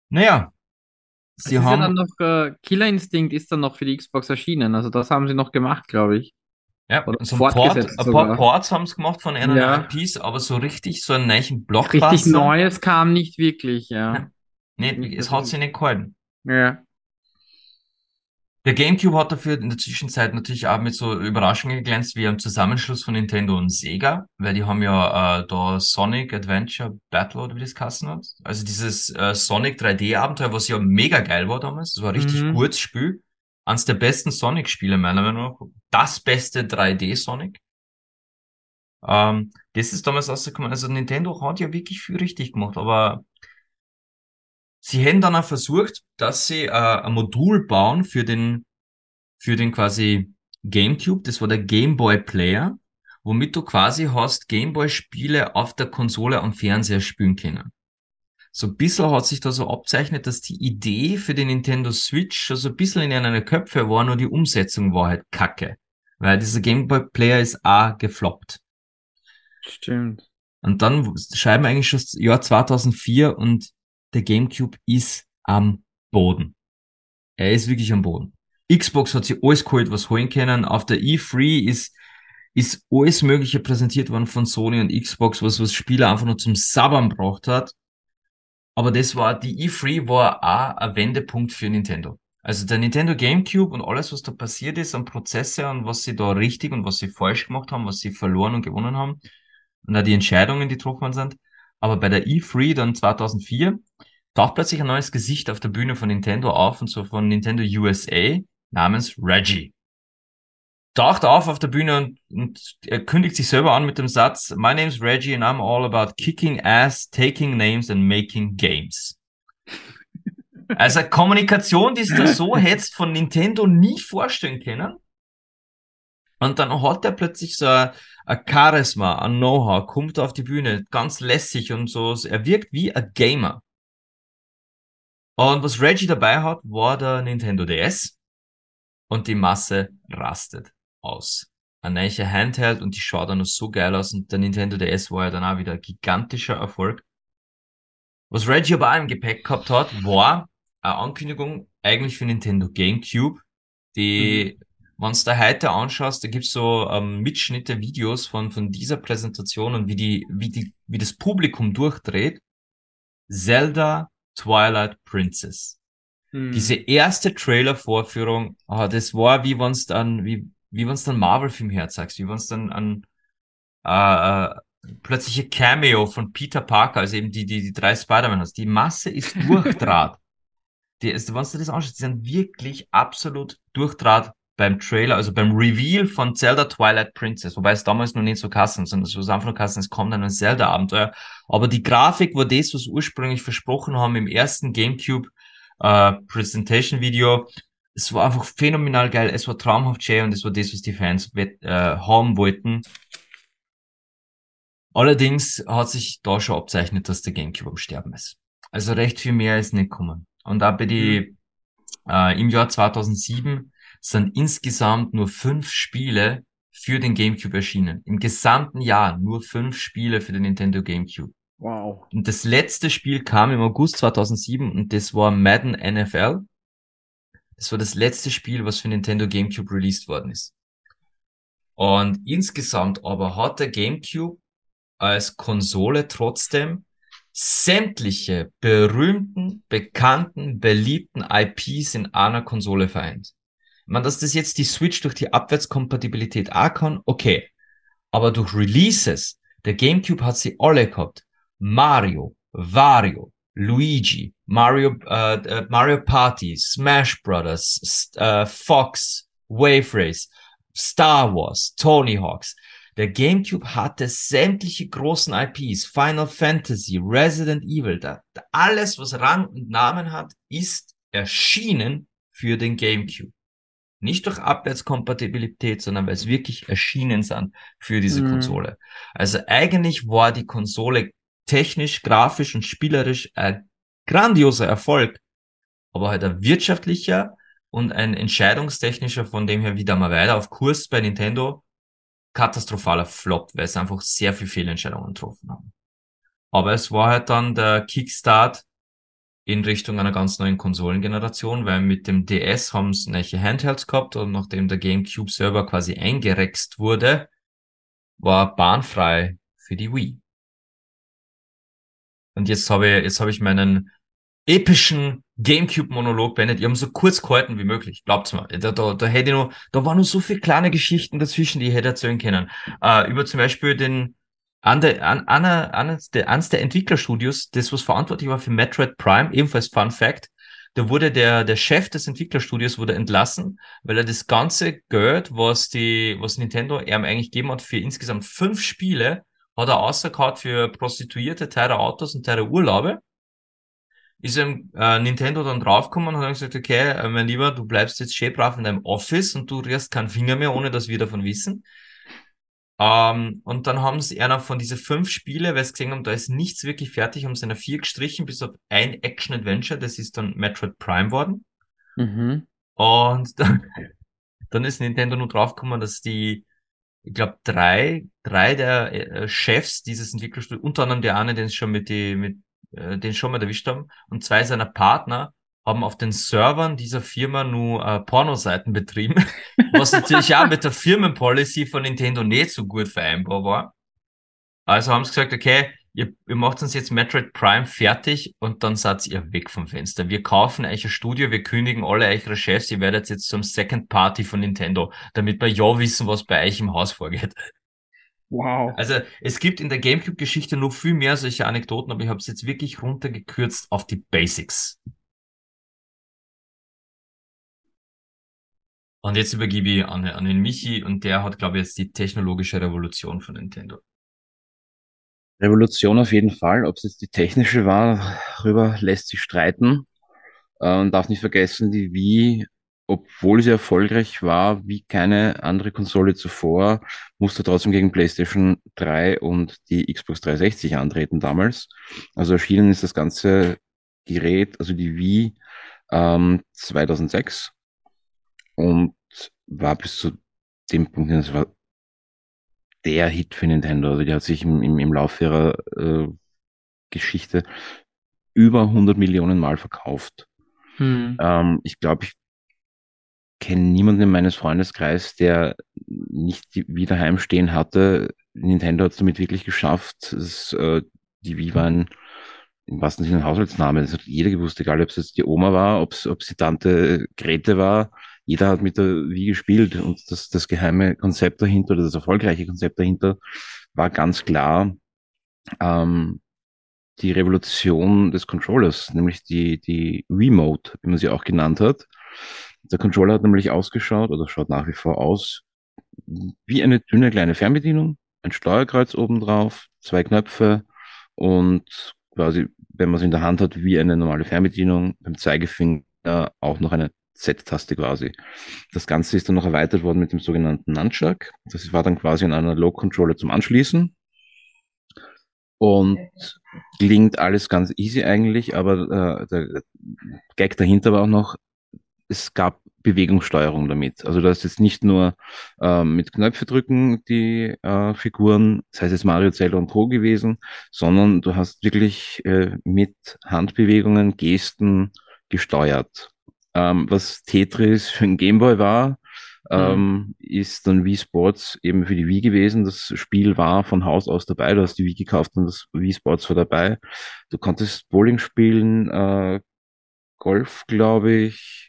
Naja, Es sie ist ja dann haben, noch, äh, Killer Instinct ist dann noch für die Xbox erschienen. Also das haben sie noch gemacht, glaube ich. ja, Oder so ein Port, fortgesetzt ein paar sogar. Ports haben sie gemacht von einer Ja. I Ps, aber so richtig so einen neuen Richtig Blockbuster, Neues kam nicht wirklich, ne, ja. nicht, Nicht, es dass ich. hat sich nicht gehalten. Ja. Der GameCube hat dafür in der Zwischenzeit natürlich auch mit so Überraschungen geglänzt, wie im Zusammenschluss von Nintendo und Sega, weil die haben ja äh, da Sonic Adventure Battle oder wie das geheißen hat. Also dieses äh, Sonic drei D-Abenteuer, was ja mega geil war damals. Das war ein richtig Mhm. gutes Spiel. Eines der besten Sonic-Spiele meiner Meinung nach. Das beste drei D-Sonic. Ähm, das ist damals rausgekommen. Also Nintendo hat ja wirklich viel richtig gemacht, aber sie hätten dann auch versucht, dass sie äh, ein Modul bauen für den für den quasi GameCube. Das war der Game Boy Player, womit du quasi hast Game Boy Spiele auf der Konsole am Fernseher spielen können. So ein bisschen hat sich da so abzeichnet, dass die Idee für den Nintendo Switch schon so ein bisschen in einer Köpfe war, nur die Umsetzung war halt kacke. Weil dieser Game Boy Player ist auch gefloppt. Stimmt. Und dann schreiben wir eigentlich schon das Jahr zweitausendvier und der GameCube ist am Boden. Er ist wirklich am Boden. Xbox hat sich alles geholt, was holen können. Auf der E drei ist, ist alles Mögliche präsentiert worden von Sony und Xbox, was, was Spieler einfach nur zum Sabbern braucht hat. Aber das war, die E drei war auch ein Wendepunkt für Nintendo. Also der Nintendo GameCube und alles, was da passiert ist an Prozesse und was sie da richtig und was sie falsch gemacht haben, was sie verloren und gewonnen haben und auch die Entscheidungen, die getroffen worden sind. Aber bei der E drei dann zweitausendvier taucht plötzlich ein neues Gesicht auf der Bühne von Nintendo auf, und zwar von Nintendo U S A namens Reggie. Taucht auf auf der Bühne und, und er kündigt sich selber an mit dem Satz: My name's Reggie and I'm all about kicking ass, taking names and making games. Also Kommunikation, die es da so hättest von Nintendo nie vorstellen können. Und dann hat er plötzlich so ein, ein Charisma, ein Know-how, kommt auf die Bühne, ganz lässig und so. Er wirkt wie ein Gamer. Und was Reggie dabei hat, war der Nintendo D S. Und die Masse rastet aus. Ein neuer Handheld und die schaut dann noch so geil aus. Und der Nintendo D S war ja dann auch wieder ein gigantischer Erfolg. Was Reggie aber auch im Gepäck gehabt hat, war eine Ankündigung eigentlich für Nintendo GameCube, Mhm. die, wenn du da heute anschaust, da gibt's so ähm, Mitschnitte, Videos von, von dieser Präsentation und wie die, wie die, wie das Publikum durchdreht. Zelda Twilight Princess. Diese Mhm. erste Trailer-Vorführung, ah, das war wie wenn's dann, wie, wie wenn's dann Marvel-Film herzeigst, wie wenn's dann an äh, äh, plötzliche Cameo von Peter Parker, also eben die, die, die drei Spider-Man hast. Die Masse ist Durchdraht. Die ist, wenn du das anschaust, die sind wirklich absolut Durchdraht beim Trailer, also beim Reveal von Zelda Twilight Princess, wobei es damals noch nicht so kassen, sondern es war einfach nur kassen, es kommt dann ein Zelda-Abenteuer. Aber die Grafik war das, was ursprünglich versprochen haben im ersten GameCube äh, Presentation Video. Es war einfach phänomenal geil, es war traumhaft schön und es war das, was die Fans wett, äh, haben wollten. Allerdings hat sich da schon abzeichnet, dass der GameCube am Sterben ist. Also recht viel mehr ist nicht gekommen. Und da bei Mhm. die äh, im Jahr zweitausendsieben sind insgesamt nur fünf Spiele für den GameCube erschienen. Im gesamten Jahr nur fünf Spiele für den Nintendo GameCube. Wow. Und das letzte Spiel kam im August zweitausendsieben und das war Madden N F L. Das war das letzte Spiel, was für Nintendo GameCube released worden ist. Und insgesamt aber hat der GameCube als Konsole trotzdem sämtliche berühmten, bekannten, beliebten I Ps in einer Konsole vereint. Ich meine, dass das jetzt die Switch durch die Abwärtskompatibilität auch kann, okay. Aber durch Releases, der GameCube hat sie alle gehabt. Mario, Wario, Luigi, Mario, äh, äh, Mario Party, Smash Brothers, äh, Fox, Wave Race, Star Wars, Tony Hawks. Der GameCube hatte sämtliche großen I Ps, Final Fantasy, Resident Evil, da, da alles, was Rang und Namen hat, ist erschienen für den GameCube. Nicht durch Abwärtskompatibilität, sondern weil es wirklich erschienen sind für diese Mhm. Konsole. Also eigentlich war die Konsole technisch, grafisch und spielerisch ein grandioser Erfolg, aber halt ein wirtschaftlicher und ein entscheidungstechnischer, von dem her wieder mal weiter auf Kurs bei Nintendo, katastrophaler Flop, weil sie einfach sehr viel Fehlentscheidungen getroffen haben. Aber es war halt dann der Kickstart in Richtung einer ganz neuen Konsolengeneration, weil mit dem D S haben sie neue Handhelds gehabt und nachdem der GameCube selber quasi eingerext wurde, war bahnfrei für die Wii. Und jetzt habe ich, jetzt habe ich meinen epischen GameCube-Monolog beendet. Ich habe ihn so kurz gehalten wie möglich. Glaubt's mir. Da, da, da hätte ich noch, da waren noch so viele kleine Geschichten dazwischen, die ich hätte erzählen können. Äh, über zum Beispiel den, an der, an, einer, eines der, eines der Entwicklerstudios, das was verantwortlich war für Metroid Prime, ebenfalls Fun Fact, da wurde der, der Chef des Entwicklerstudios wurde entlassen, weil er das ganze Geld, was die, was Nintendo ihm eigentlich gegeben hat für insgesamt fünf Spiele, hat er ausgehauen für Prostituierte, teure Autos und teure Urlaube. Ist ihm äh, Nintendo dann draufgekommen und hat dann gesagt, okay, äh, mein Lieber, du bleibst jetzt schön brav in deinem Office und du rührst keinen Finger mehr, ohne dass wir davon wissen. Ähm, und dann haben sie einer von diese fünf Spiele, weil sie gesehen haben, da ist nichts wirklich fertig, haben sie einer vier gestrichen, bis auf ein Action-Adventure, das ist dann Metroid Prime worden. Mhm. Und dann, dann ist Nintendo nur draufgekommen, dass die, ich glaube, drei, drei der äh, Chefs dieses Entwicklerstudios, unter anderem der eine, den sie schon mit die, mit, äh, den schon mal erwischt haben, und zwei seiner Partner haben auf den Servern dieser Firma nur äh, Pornoseiten betrieben, was natürlich auch mit der Firmenpolicy von Nintendo nicht so gut vereinbar war. Also haben sie gesagt, okay, ihr, ihr macht uns jetzt Metroid Prime fertig und dann seid ihr weg vom Fenster. Wir kaufen euch ein Studio, wir kündigen alle eure Chefs, ihr werdet jetzt zum Second Party von Nintendo, damit wir ja wissen, was bei euch im Haus vorgeht. Wow. Also es gibt in der GameCube-Geschichte noch viel mehr solche Anekdoten, aber ich habe es jetzt wirklich runtergekürzt auf die Basics. Und jetzt übergebe ich an, an den Michi und der hat, glaube ich, jetzt die technologische Revolution von Nintendo. Revolution auf jeden Fall. Ob es jetzt die technische war, darüber lässt sich streiten. Äh, Man darf nicht vergessen, die Wii, obwohl sie erfolgreich war, wie keine andere Konsole zuvor, musste trotzdem gegen PlayStation drei und die Xbox dreihundertsechzig antreten damals. Also erschienen ist das ganze Gerät, also die Wii, ähm, zweitausendsechs und war bis zu dem Punkt, das war der Hit für Nintendo. Also die hat sich im, im, im Laufe ihrer äh, Geschichte über hundert Millionen Mal verkauft. Hm. Ähm, ich glaube, ich kenne niemanden in meines Freundeskreis, der nicht die Wii daheim stehen hatte. Nintendo hat es damit wirklich geschafft. Es, äh, die Wii war ein, im wahrsten Sinne ein Haushaltsname. Das hat jeder gewusst, egal ob es jetzt die Oma war, ob es ob es die Tante Grete war. Jeder hat mit der Wii gespielt und das, das geheime Konzept dahinter oder das erfolgreiche Konzept dahinter war ganz klar, ähm, die Revolution des Controllers, nämlich die, die Remote, wie man sie auch genannt hat. Der Controller hat nämlich ausgeschaut oder schaut nach wie vor aus wie eine dünne kleine Fernbedienung, ein Steuerkreuz oben drauf, zwei Knöpfe und quasi, wenn man es in der Hand hat, wie eine normale Fernbedienung, beim Zeigefinger auch noch eine Z-Taste quasi. Das Ganze ist dann noch erweitert worden mit dem sogenannten Nunchuck. Das war dann quasi ein Analog-Controller zum Anschließen. Und klingt alles ganz easy eigentlich, aber äh, der Gag dahinter war auch noch, es gab Bewegungssteuerung damit. Also das ist jetzt nicht nur ähm, mit Knöpfe drücken die äh, Figuren, das heißt jetzt Mario, Zelda und Co. gewesen, sondern du hast wirklich äh, mit Handbewegungen, Gesten gesteuert. Ähm, was Tetris für ein Gameboy war, Hm. ähm, ist dann Wii Sports eben für die Wii gewesen. Das Spiel war von Haus aus dabei. Du hast die Wii gekauft und das Wii Sports war dabei. Du konntest Bowling spielen, äh, Golf, glaube ich.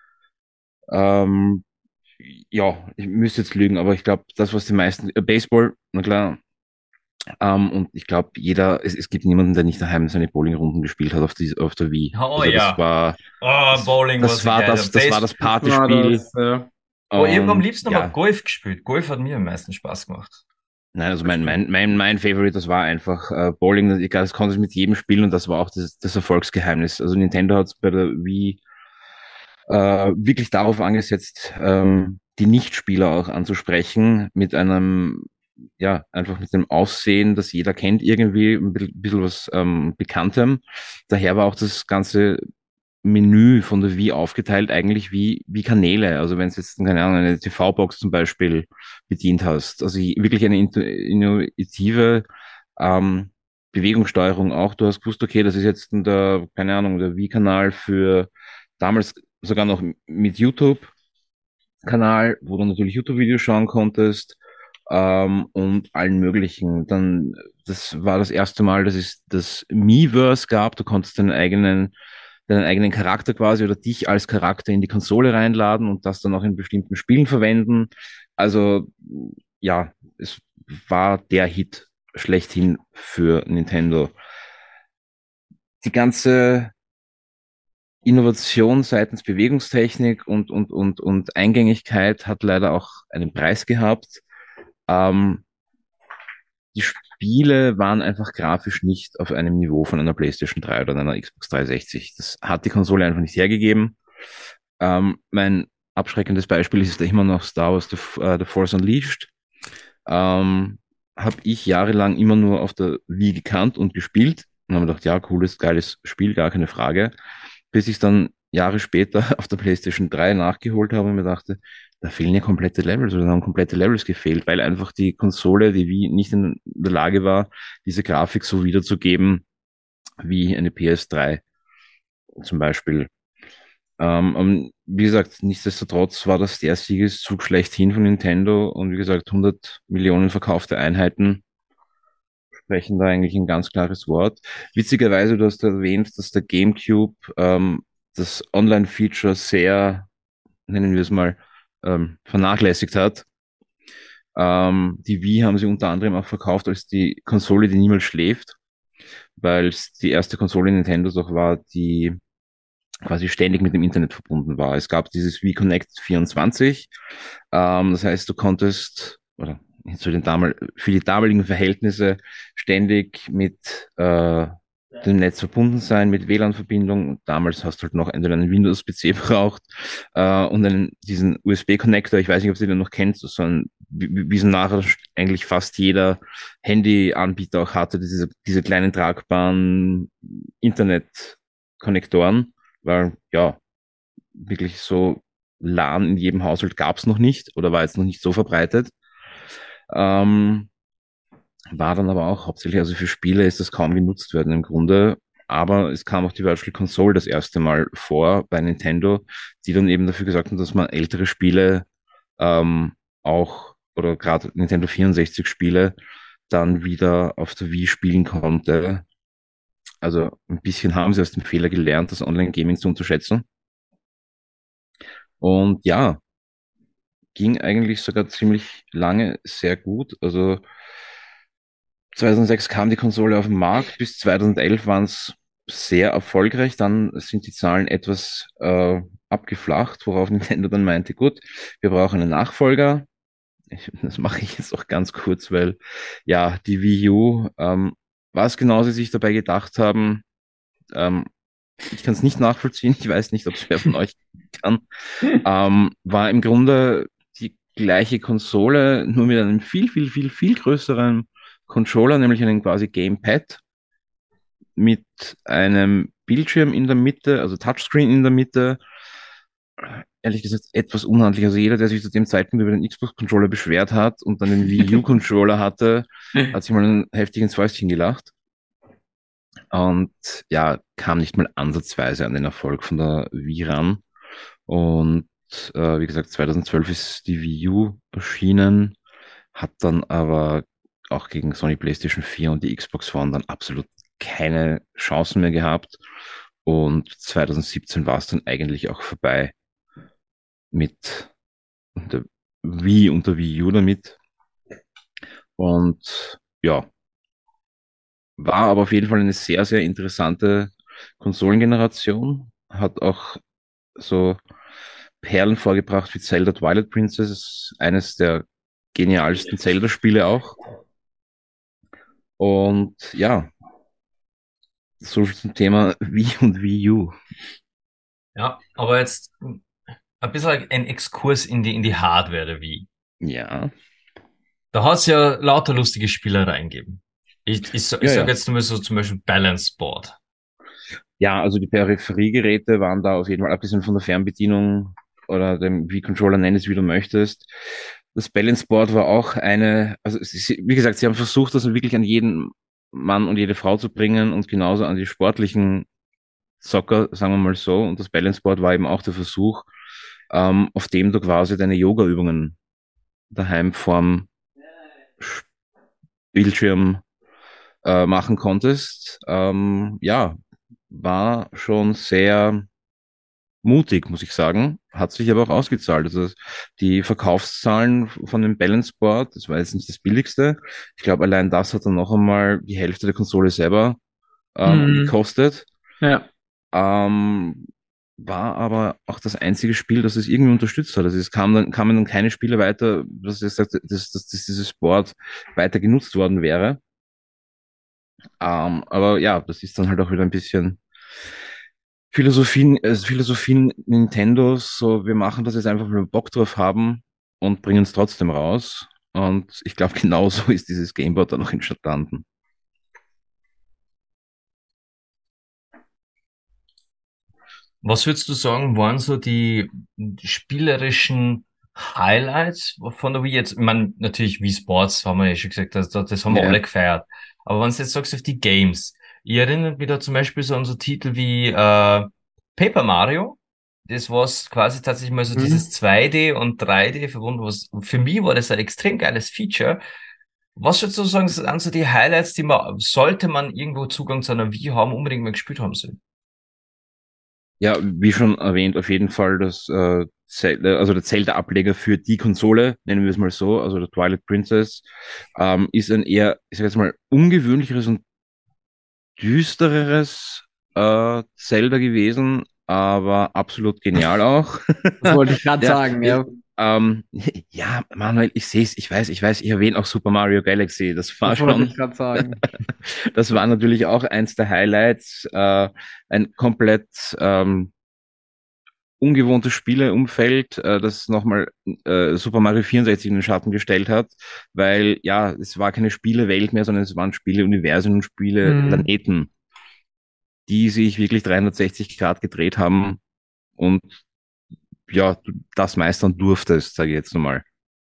Ähm, ja, ich müsste jetzt lügen, aber ich glaube, das, was die meisten, äh, Baseball, na klar. Ähm, und ich glaube, jeder, es, es gibt niemanden, der nicht daheim seine Bowlingrunden gespielt hat auf, die, auf der Wii. Oh Also das ja. war, Oh, das, Bowling war das so war geil. das, das war Base das Das war Partyspiel. das, ja. oh, ich hab am Und liebsten aber ja, Golf gespielt. Golf hat mir am meisten Spaß gemacht. nein, also mein, Gespielt. mein, mein, mein Favorite, das war einfach äh, Bowling. Egal, das konnte ich mit jedem spielen und das war auch das, das Erfolgsgeheimnis. Also Nintendo hat es bei der Wii äh, wirklich darauf angesetzt, ähm, die Nichtspieler auch anzusprechen mit einem, ja, einfach mit dem Aussehen, das jeder kennt irgendwie, ein bisschen, bisschen was ähm, Bekanntem. Daher war auch das ganze Menü von der Wii aufgeteilt eigentlich wie, wie Kanäle. Also wenn es jetzt, keine Ahnung, eine T V-Box zum Beispiel bedient hast. Also wirklich eine intu- innovative ähm, Bewegungssteuerung auch. Du hast gewusst, okay, das ist jetzt der, keine Ahnung, der Wii-Kanal für damals sogar noch mit YouTube-Kanal, wo du natürlich YouTube-Videos schauen konntest, ähm, und allen möglichen. Dann, das war das erste Mal, dass es das Miiverse gab. Du konntest deinen eigenen, deinen eigenen Charakter quasi oder dich als Charakter in die Konsole reinladen und das dann auch in bestimmten Spielen verwenden. Also, ja, es war der Hit schlechthin für Nintendo. Die ganze Innovation seitens Bewegungstechnik und, und, und, und Eingängigkeit hat leider auch einen Preis gehabt. Ähm, die Spiele waren einfach grafisch nicht auf einem Niveau von einer PlayStation drei oder einer Xbox dreihundertsechzig. Das hat die Konsole einfach nicht hergegeben. Ähm, mein abschreckendes Beispiel ist da immer noch Star Wars The, uh, The Force Unleashed. Ähm, habe ich jahrelang immer nur auf der Wii gekannt und gespielt und habe gedacht, ja, cooles, geiles Spiel, gar keine Frage. Bis ich dann Jahre später auf der PlayStation drei nachgeholt habe und mir dachte, da fehlen ja komplette Levels oder da haben komplette Levels gefehlt, weil einfach die Konsole, die Wii, nicht in der Lage war, diese Grafik so wiederzugeben wie eine P S drei zum Beispiel. Ähm, und wie gesagt, nichtsdestotrotz war das der Siegeszug schlechthin von Nintendo und wie gesagt, hundert Millionen verkaufte Einheiten sprechen da eigentlich ein ganz klares Wort. Witzigerweise, du hast erwähnt, dass der GameCube ähm, das Online-Feature sehr, nennen wir es mal, ähm, vernachlässigt hat. Ähm, die Wii haben sie unter anderem auch verkauft als die Konsole, die niemals schläft, weil es die erste Konsole Nintendos auch war, die quasi ständig mit dem Internet verbunden war. Es gab dieses Wii Connect vierundzwanzig. Ähm, das heißt, du konntest, oder zu den damal für die damaligen Verhältnisse ständig mit äh, dem Netz verbunden sein, mit W L A N-Verbindung. Damals hast du halt noch entweder einen Windows-P C braucht äh, und einen, diesen U S B-Connector. Ich weiß nicht, ob du den noch kennst, so ein, wie, wie so nachher eigentlich fast jeder Handy-Anbieter auch hatte, diese, diese kleinen tragbaren Internet-Konnektoren, weil ja, wirklich so LAN in jedem Haushalt gab es noch nicht oder war jetzt noch nicht so verbreitet. Ähm, war dann aber auch hauptsächlich, also für Spiele ist das kaum genutzt worden im Grunde. Aber es kam auch die Virtual Console das erste Mal vor bei Nintendo, die dann eben dafür gesagt haben, dass man ältere Spiele ähm, auch oder gerade Nintendo vierundsechzig Spiele dann wieder auf der Wii spielen konnte. Also ein bisschen haben sie aus dem Fehler gelernt, das Online-Gaming zu unterschätzen. Und ja, ging eigentlich sogar ziemlich lange sehr gut. Also zweitausendsechs kam die Konsole auf den Markt, bis zweitausendelf waren es sehr erfolgreich. Dann sind die Zahlen etwas äh, abgeflacht, worauf Nintendo dann meinte, gut, wir brauchen einen Nachfolger. Ich, das mache ich jetzt auch ganz kurz, weil ja, die Wii U, ähm, was genau sie sich dabei gedacht haben, ähm, ich kann es nicht nachvollziehen, ich weiß nicht, ob es wer von euch kann, ähm, war im Grunde die gleiche Konsole, nur mit einem viel, viel, viel, viel größeren Controller, nämlich einem quasi Gamepad mit einem Bildschirm in der Mitte, also Touchscreen in der Mitte. Ehrlich gesagt, etwas unhandlich. Also jeder, der sich zu dem Zeitpunkt über den Xbox-Controller beschwert hat und dann den Wii U-Controller hatte, hat sich mal ein heftiges Fäustchen gelacht. Und ja, kam nicht mal ansatzweise an den Erfolg von der Wii ran. Und äh, wie gesagt, zweitausendzwölf ist die Wii U erschienen, hat dann aber auch gegen Sony PlayStation vier und die Xbox One dann absolut keine Chancen mehr gehabt. Und zweitausendsiebzehn war es dann eigentlich auch vorbei mit der Wii und der Wii U damit. Und ja, war aber auf jeden Fall eine sehr, sehr interessante Konsolengeneration. Hat auch so Perlen vorgebracht wie Zelda Twilight Princess, eines der genialsten Zelda-Spiele auch. Und ja, so zum Thema Wii und Wii U. Ja, aber jetzt ein bisschen ein Exkurs in die, in die Hardware der Wii. Ja, Da hat es ja lauter lustige Spielereien gegeben. Ich, ich, ich ja, sage ja. jetzt nur so zum Beispiel Balance Board. Ja, also die Peripheriegeräte waren da auf jeden Fall, abgesehen von der Fernbedienung oder dem Wii-Controller, nenn es wie du möchtest. Das Balance Board war auch eine, also es ist, wie gesagt, sie haben versucht, das wirklich an jeden Mann und jede Frau zu bringen und genauso an die sportlichen Zocker, sagen wir mal so. Und das Balance Board war eben auch der Versuch, ähm, auf dem du quasi deine Yoga-Übungen daheim vorm Bildschirm äh, machen konntest. Ähm, ja, war schon sehr mutig, muss ich sagen. Hat sich aber auch ausgezahlt. Also die Verkaufszahlen von dem Balance Board, das war jetzt nicht das billigste. Ich glaube, allein das hat dann noch einmal die Hälfte der Konsole selber ähm, Mhm. gekostet. Ja. Ähm, war aber auch das einzige Spiel, das es irgendwie unterstützt hat. Also es kam dann, kamen dann keine Spiele weiter, dass, es sagt, dass, dass, dass dieses Board weiter genutzt worden wäre. Ähm, aber ja, das ist dann halt auch wieder ein bisschen Philosophien, äh, Philosophien Nintendos, so wir machen das jetzt einfach, weil wir Bock drauf haben und bringen es trotzdem raus. Und ich glaube, genauso ist dieses Gameboard dann noch entstanden. Was würdest du sagen, waren so die spielerischen Highlights von der Wii jetzt? Ich meine, natürlich Wii Sports, haben wir ja schon gesagt, das, das das haben wir Ja. alle gefeiert. Aber wenn du jetzt sagst auf die Games, ich erinnere mich da zum Beispiel so an so Titel wie äh, Paper Mario. Das war quasi tatsächlich mal so dieses Mhm. zwei D und drei D verbunden, was für mich war das ein extrem geiles Feature. Was würdest du sagen, sind so die Highlights, die man, sollte man irgendwo Zugang zu einer Wii haben, unbedingt mal gespielt haben sollen? Ja, wie schon erwähnt, auf jeden Fall das äh, Zelda, also der Zelda-Ableger für die Konsole, nennen wir es mal so, also der Twilight Princess, ähm, ist ein eher, ich sag jetzt mal, ungewöhnlicheres und düstereres äh, Zelda gewesen, aber absolut genial auch. Das wollte ich gerade Ja, sagen, ich, ja. ähm, ja, Manuel, ich sehe es, ich weiß, ich weiß, ich erwähne auch Super Mario Galaxy. Das war Das wollte ich schon, gerade sagen. das war natürlich auch eins der Highlights. Äh, ein komplett ähm, ungewohntes Spieleumfeld, äh, das nochmal äh, Super Mario vierundsechzig in den Schatten gestellt hat, weil ja, es war keine Spielewelt mehr, sondern es waren Spieleuniversen und Mhm. Spieleplaneten, die sich wirklich dreihundertsechzig Grad gedreht haben und ja, du das meistern durftest, sage ich jetzt nochmal.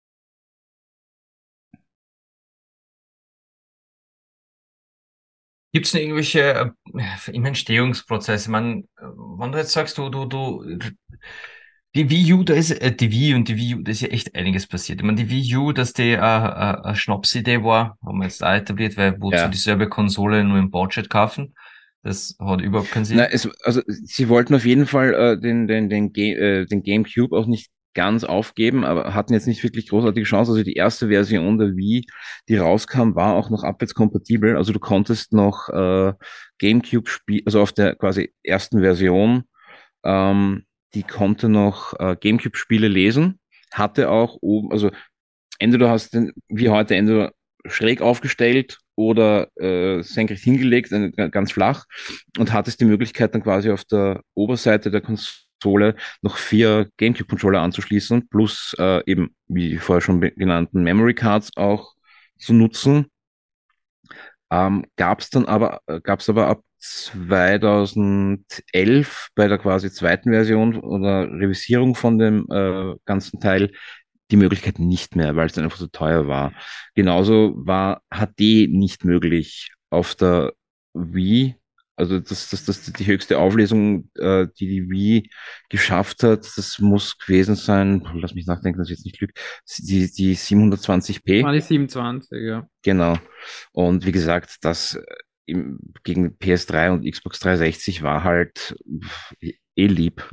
Gibt es irgendwelche äh, im Entstehungsprozess? Ich meine, äh, wenn du jetzt sagst, du, du, du, die Wii U, da ist, äh, die Wii und die Wii U, da ist ja echt einiges passiert. Ich meine, die Wii U, dass die äh, äh, eine Schnapsidee war, haben wir jetzt auch etabliert, weil wozu Ja. dieselbe Konsole nur im Budget kaufen? Das hat überhaupt keinen Na, Sinn. es, also sie wollten auf jeden Fall äh, den, den, den, Ga- äh, den GameCube auch nicht ganz aufgeben, aber hatten jetzt nicht wirklich großartige Chance. Also die erste Version der Wii, die rauskam, war auch noch abwärtskompatibel. Also du konntest noch äh, GameCube spielen, also auf der quasi ersten Version, ähm, die konnte noch äh, GameCube-Spiele lesen, hatte auch oben, also entweder hast du den, wie heute, entweder schräg aufgestellt oder äh, senkrecht hingelegt, äh, ganz flach und hattest die Möglichkeit dann quasi auf der Oberseite der Konsole noch vier GameCube-Controller anzuschließen, plus äh, eben, wie vorher schon genannten, Memory Cards auch zu nutzen. Ähm, gab es dann aber, äh, gab es aber ab zweitausendelf bei der quasi zweiten Version oder Revisierung von dem äh, ganzen Teil die Möglichkeit nicht mehr, weil es dann einfach so teuer war. Genauso war H D nicht möglich auf der Wii. Also das, das, das die höchste Auflösung, äh, die die Wii geschafft hat, das muss gewesen sein, lass mich nachdenken, dass ich jetzt nicht lüge, die, die War siebenhundertzwanzig p. die siebenundzwanzig, ja. Genau. Und wie gesagt, das äh, im, gegen P S drei und Xbox dreihundertsechzig war halt pff, eh lieb.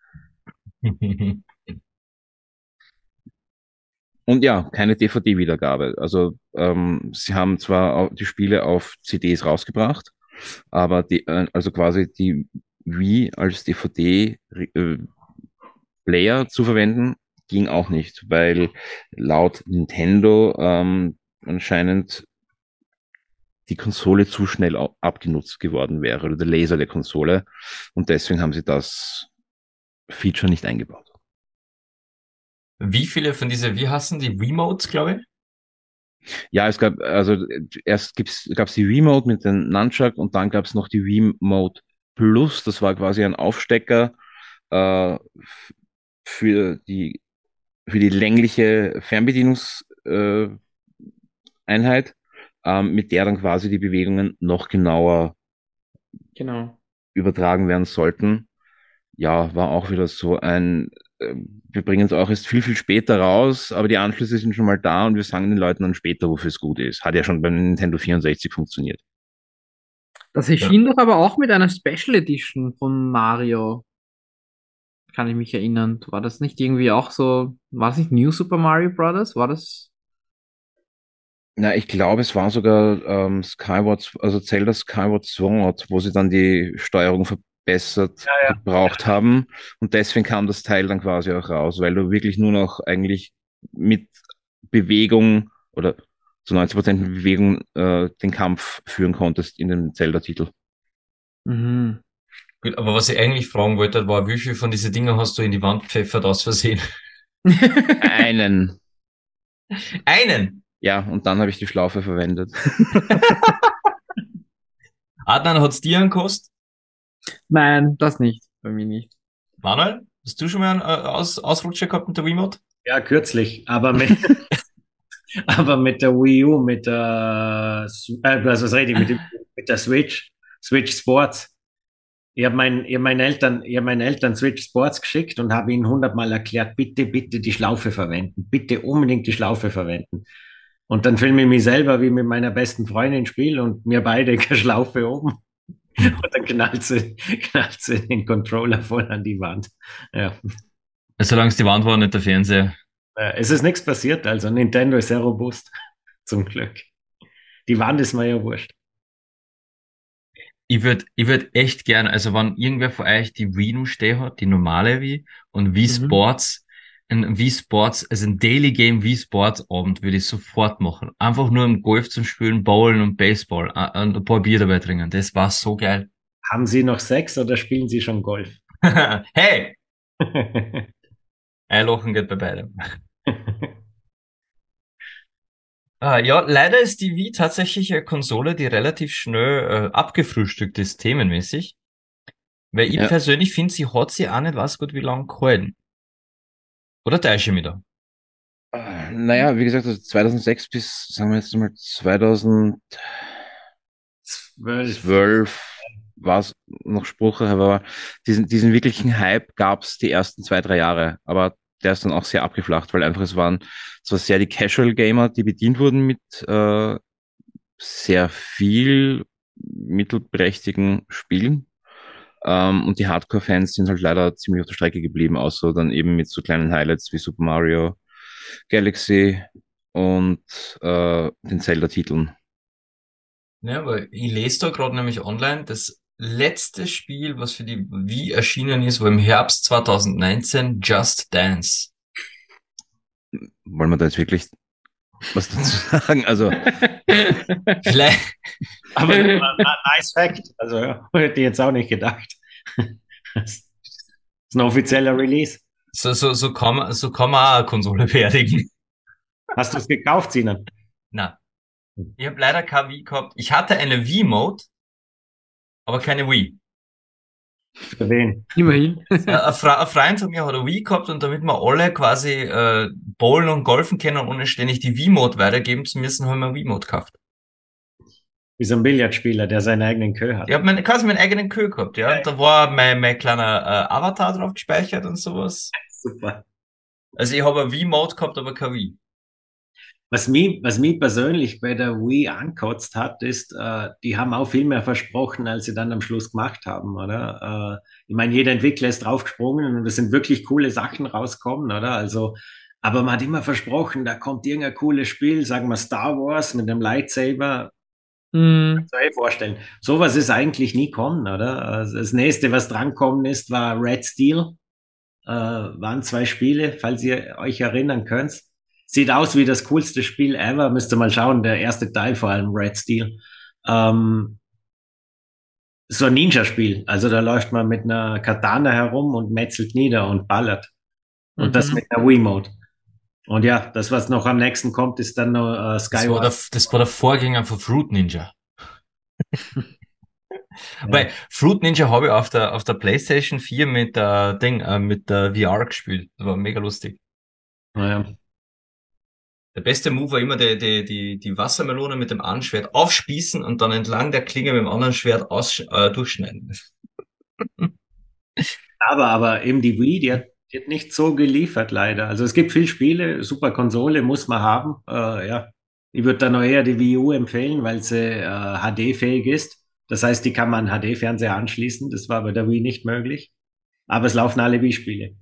Und ja, keine D V D-Wiedergabe. Also ähm, sie haben zwar au- die Spiele auf C Ds rausgebracht, aber die, äh, also quasi die Wii als D V D-Player zu verwenden, ging auch nicht, weil laut Nintendo ähm, anscheinend die Konsole zu schnell au- abgenutzt geworden wäre oder der Laser der Konsole. Und deswegen haben sie das Feature nicht eingebaut. Wie viele von diese, wie hassen die Remotes, glaube ich? Ja, es gab, also erst gibt's, gab's die Remote mit den Nunchuck und dann gab's noch die Remote Plus. Das war quasi ein Aufstecker äh, f- für die, für die längliche Fernbedienungseinheit. Äh, Einheit. ähm, mit der dann quasi die Bewegungen noch genauer Genau. übertragen werden sollten. Ja, war auch wieder so ein, äh, wir bringen es auch erst viel, viel später raus, aber die Anschlüsse sind schon mal da und wir sagen den Leuten dann später, wofür es gut ist. Hat ja schon beim Nintendo vierundsechzig funktioniert. Das Ja. erschien doch aber auch mit einer Special Edition von Mario, kann ich mich erinnern. War das nicht irgendwie auch so, war es nicht New Super Mario Bros.? War das? Na, ich glaube, es war sogar ähm, Skyward, also Zelda Skyward Sword, wo sie dann die Steuerung verbessert Ja, gebraucht haben. Und deswegen kam das Teil dann quasi auch raus, weil du wirklich nur noch eigentlich mit Bewegung oder zu neunzig Prozent mit Bewegung äh, den Kampf führen konntest in dem Zelda-Titel. Mhm. Gut, aber was ich eigentlich fragen wollte, war, wie viel von diesen Dingen hast du in die Wand pfeffert aus Versehen? Einen. Einen! Ja, und dann habe ich die Schlaufe verwendet. Adnan, hat's dir angekostet? Nein, das nicht. Bei mir nicht. Manuel, hast du schon mal einen äh, Aus Ausrutscher gehabt mit der Wiimote? ja, kürzlich, aber mit, aber mit der Wii U, mit der, äh, also was rede ich, mit, dem- mit der Switch, Switch Sports. Ich habe mein, ich hab meinen Eltern, ich hab meinen Eltern Switch Sports geschickt und habe ihnen hundertmal erklärt, bitte, bitte die Schlaufe verwenden. Bitte unbedingt die Schlaufe verwenden. Und dann filme ich mich selber, wie ich mit meiner besten Freundin spiele und mir beide keine Schlaufe oben. Und dann knallt sie, knallt sie den Controller voll an die Wand. Ja. Solange es die Wand war, nicht der Fernseher. Äh, Es ist nichts passiert, also Nintendo ist sehr robust. Zum Glück. Die Wand ist mir ja wurscht. Ich würde ich würd echt gern, also wenn irgendwer von euch die Wii nu stehen hat, die normale Wii und Wii Mhm. Sports, ein Wii Sports, also ein Daily Game Wii Sports Abend würde ich sofort machen. Einfach nur im Golf zum Spielen, Bowlen und Baseball äh, und ein paar Bier dabei trinken. Das war so geil. Haben Sie noch Sex oder spielen Sie schon Golf? Hey! Ein Lachen geht bei beidem. Ah, ja, leider ist die Wii tatsächlich eine Konsole, die relativ schnell äh, abgefrühstückt ist, themenmäßig. Weil ich Ja. persönlich finde, sie hat sie auch nicht weiß gut wie lange gehalten. Oder täusche ich mich da? Äh, Naja, wie gesagt, also zweitausendsechs bis, sagen wir jetzt mal, zweitausendzwölf Zwölf. war es noch spruchreif, aber diesen, diesen wirklichen Hype gab es die ersten zwei, drei Jahre. Aber der ist dann auch sehr abgeflacht, weil einfach es waren so sehr die Casual Gamer, die bedient wurden mit äh, sehr viel mittelprächtigen Spielen. Ähm, und die Hardcore-Fans sind halt leider ziemlich auf der Strecke geblieben, außer dann eben mit so kleinen Highlights wie Super Mario Galaxy und äh, den Zelda-Titeln. Ja, aber ich lese da gerade nämlich online, das letzte Spiel, was für die Wii erschienen ist, war im Herbst zwanzig neunzehn Just Dance. Wollen wir da jetzt wirklich was dazu sagen? Also, Vielleicht, Aber das war ein nice Fact. Also ja, hätte ich jetzt auch nicht gedacht. Das ist ein offizieller Release. so, so, so kann man, so kann man auch eine Konsole fertigen. Hast du es gekauft, Sinan? Na, ich habe leider keine Wii gehabt. Ich hatte eine Wii-Mode, aber keine Wii. Für wen? Immerhin. Äh, Ein, Fre ein Freund von mir hat eine Wii gehabt und damit wir alle quasi äh, bowlen und golfen können, ohne ständig die Wii-Mode weitergeben zu müssen, haben wir eine Wii-Mode gekauft. Wie so ein Billardspieler, der seinen eigenen Kö hat. Ich habe meine, quasi meinen eigenen Kö gehabt, ja. Und da war mein, mein kleiner äh, Avatar drauf gespeichert und sowas. Super. Also ich habe eine Wii-Mode gehabt, aber keine Wii. Was mich, was mich persönlich bei der Wii ankotzt hat, ist, äh, die haben auch viel mehr versprochen, als sie dann am Schluss gemacht haben, oder? Äh, ich meine, jeder Entwickler ist draufgesprungen und es sind wirklich coole Sachen rausgekommen, oder? Also, aber man hat immer versprochen, da kommt irgendein cooles Spiel, sagen wir Star Wars mit einem Lightsaber. Mhm. Soll ich vorstellen. Sowas ist eigentlich nie kommen, oder? Also das nächste, was drankommen ist, war Red Steel. Äh, waren zwei Spiele, falls ihr euch erinnern könnt. Sieht aus wie das coolste Spiel ever. Müsst ihr mal schauen, der erste Teil, vor allem Red Steel. Ähm, so ein Ninja-Spiel. Also da läuft man mit einer Katana herum und metzelt nieder und ballert. Und das Mhm. mit einer Wii-Mode. Und ja, das, was noch am nächsten kommt, ist dann noch äh, Das war Skyward. der, das war der Vorgänger von Fruit Ninja. Weil Fruit Ninja habe ich auf der, auf der PlayStation vier mit der Ding, äh, mit der V R gespielt. Das war mega lustig. Ja. Der beste Move war immer die, die, die, die Wassermelone mit dem einen Schwert aufspießen und dann entlang der Klinge mit dem anderen Schwert aus, äh, durchschneiden. Aber, aber eben die Wii, die hat, die hat nicht so geliefert, leider. Also es gibt viele Spiele, super Konsole, muss man haben. Äh, ja. Ich würde da noch eher die Wii U empfehlen, weil sie äh, H D-fähig ist. Das heißt, die kann man H D-Fernseher anschließen. Das war bei der Wii nicht möglich. Aber es laufen alle Wii-Spiele.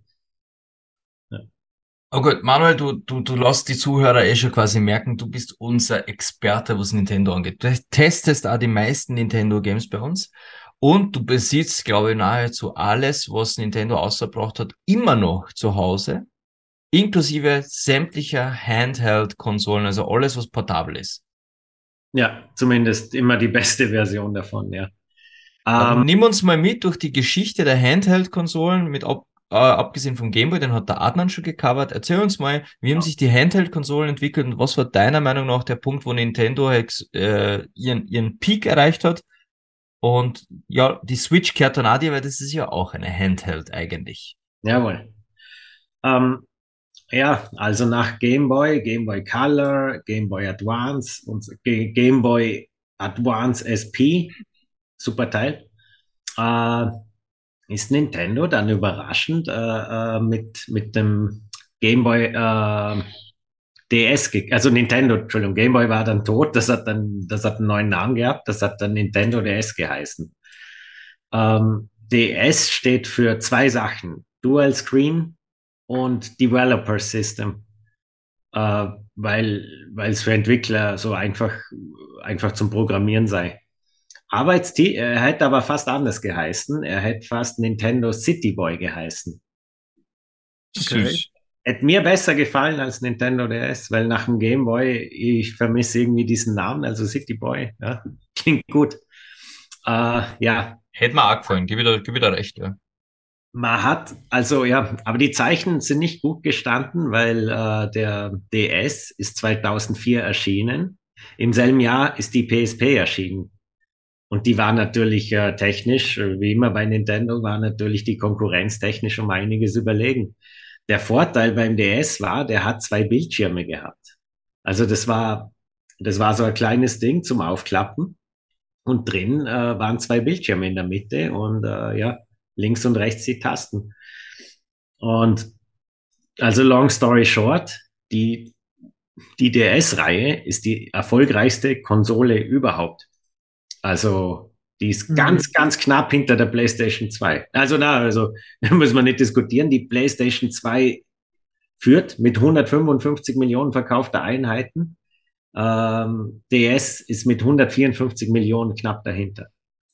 Ja. Oh gut, Manuel, du, du, du lässt die Zuhörer eh schon quasi merken, du bist unser Experte, was Nintendo angeht. Du testest auch die meisten Nintendo-Games bei uns und du besitzt, glaube ich, nahezu alles, was Nintendo ausgebracht hat, immer noch zu Hause, inklusive sämtlicher Handheld-Konsolen, also alles, was portabel ist. Ja, zumindest immer die beste Version davon, ja. Dann Ähm, nimm uns mal mit durch die Geschichte der Handheld-Konsolen, mit ab, äh, abgesehen vom Gameboy, den hat der Adnan schon gecovert. Erzähl uns mal, wie haben sich die Handheld-Konsolen entwickelt und was war deiner Meinung nach der Punkt, wo Nintendo ex, äh, ihren, ihren Peak erreicht hat? Und ja, die Switch kehrt dann auch dir, weil das ist ja auch eine Handheld eigentlich. jawohl. Ähm, ja, also nach Game Boy, Game Boy Color, Game Boy Advance und Ge- Game Boy Advance S P, super Teil, äh, ist Nintendo dann überraschend äh, äh, mit, mit dem Game Boy äh, D S, ge- also Nintendo, Entschuldigung, Game Boy war dann tot, das hat dann, das hat einen neuen Namen gehabt, das hat dann Nintendo D S geheißen. Ähm, D S steht für zwei Sachen, Dual Screen und Developer System, äh, weil, weil es für Entwickler so einfach, einfach zum Programmieren sei. Arbeitsti er hätte aber fast anders geheißen. Er hätte fast Nintendo City Boy geheißen. Okay. Süß. Hätte mir besser gefallen als Nintendo D S, weil nach dem Game Boy, ich vermisse irgendwie diesen Namen, also City Boy. Ja, klingt gut. Äh, ja, Hätte mir auch gefallen, gib ich da, gib ich da recht, ja. man hat, also ja, aber die Zeichen sind nicht gut gestanden, weil äh, der D S ist zweitausendvier erschienen. Im selben Jahr ist die P S P erschienen. Und die war natürlich äh, technisch, äh, wie immer bei Nintendo, war natürlich die Konkurrenz technisch um einiges überlegen. Der Vorteil beim D S war, der hat zwei Bildschirme gehabt. Also das war, das war so ein kleines Ding zum Aufklappen. Und drin äh, waren zwei Bildschirme in der Mitte und äh, ja, links und rechts die Tasten. Und also long story short, die, die D S-Reihe ist die erfolgreichste Konsole überhaupt. Also die ist Mhm. ganz, ganz knapp hinter der PlayStation zwei. Also na, also da muss man nicht diskutieren. Die PlayStation zwei führt mit hundertfünfundfünfzig Millionen verkaufter Einheiten. Ähm, D S ist mit hundertvierundfünfzig Millionen knapp dahinter.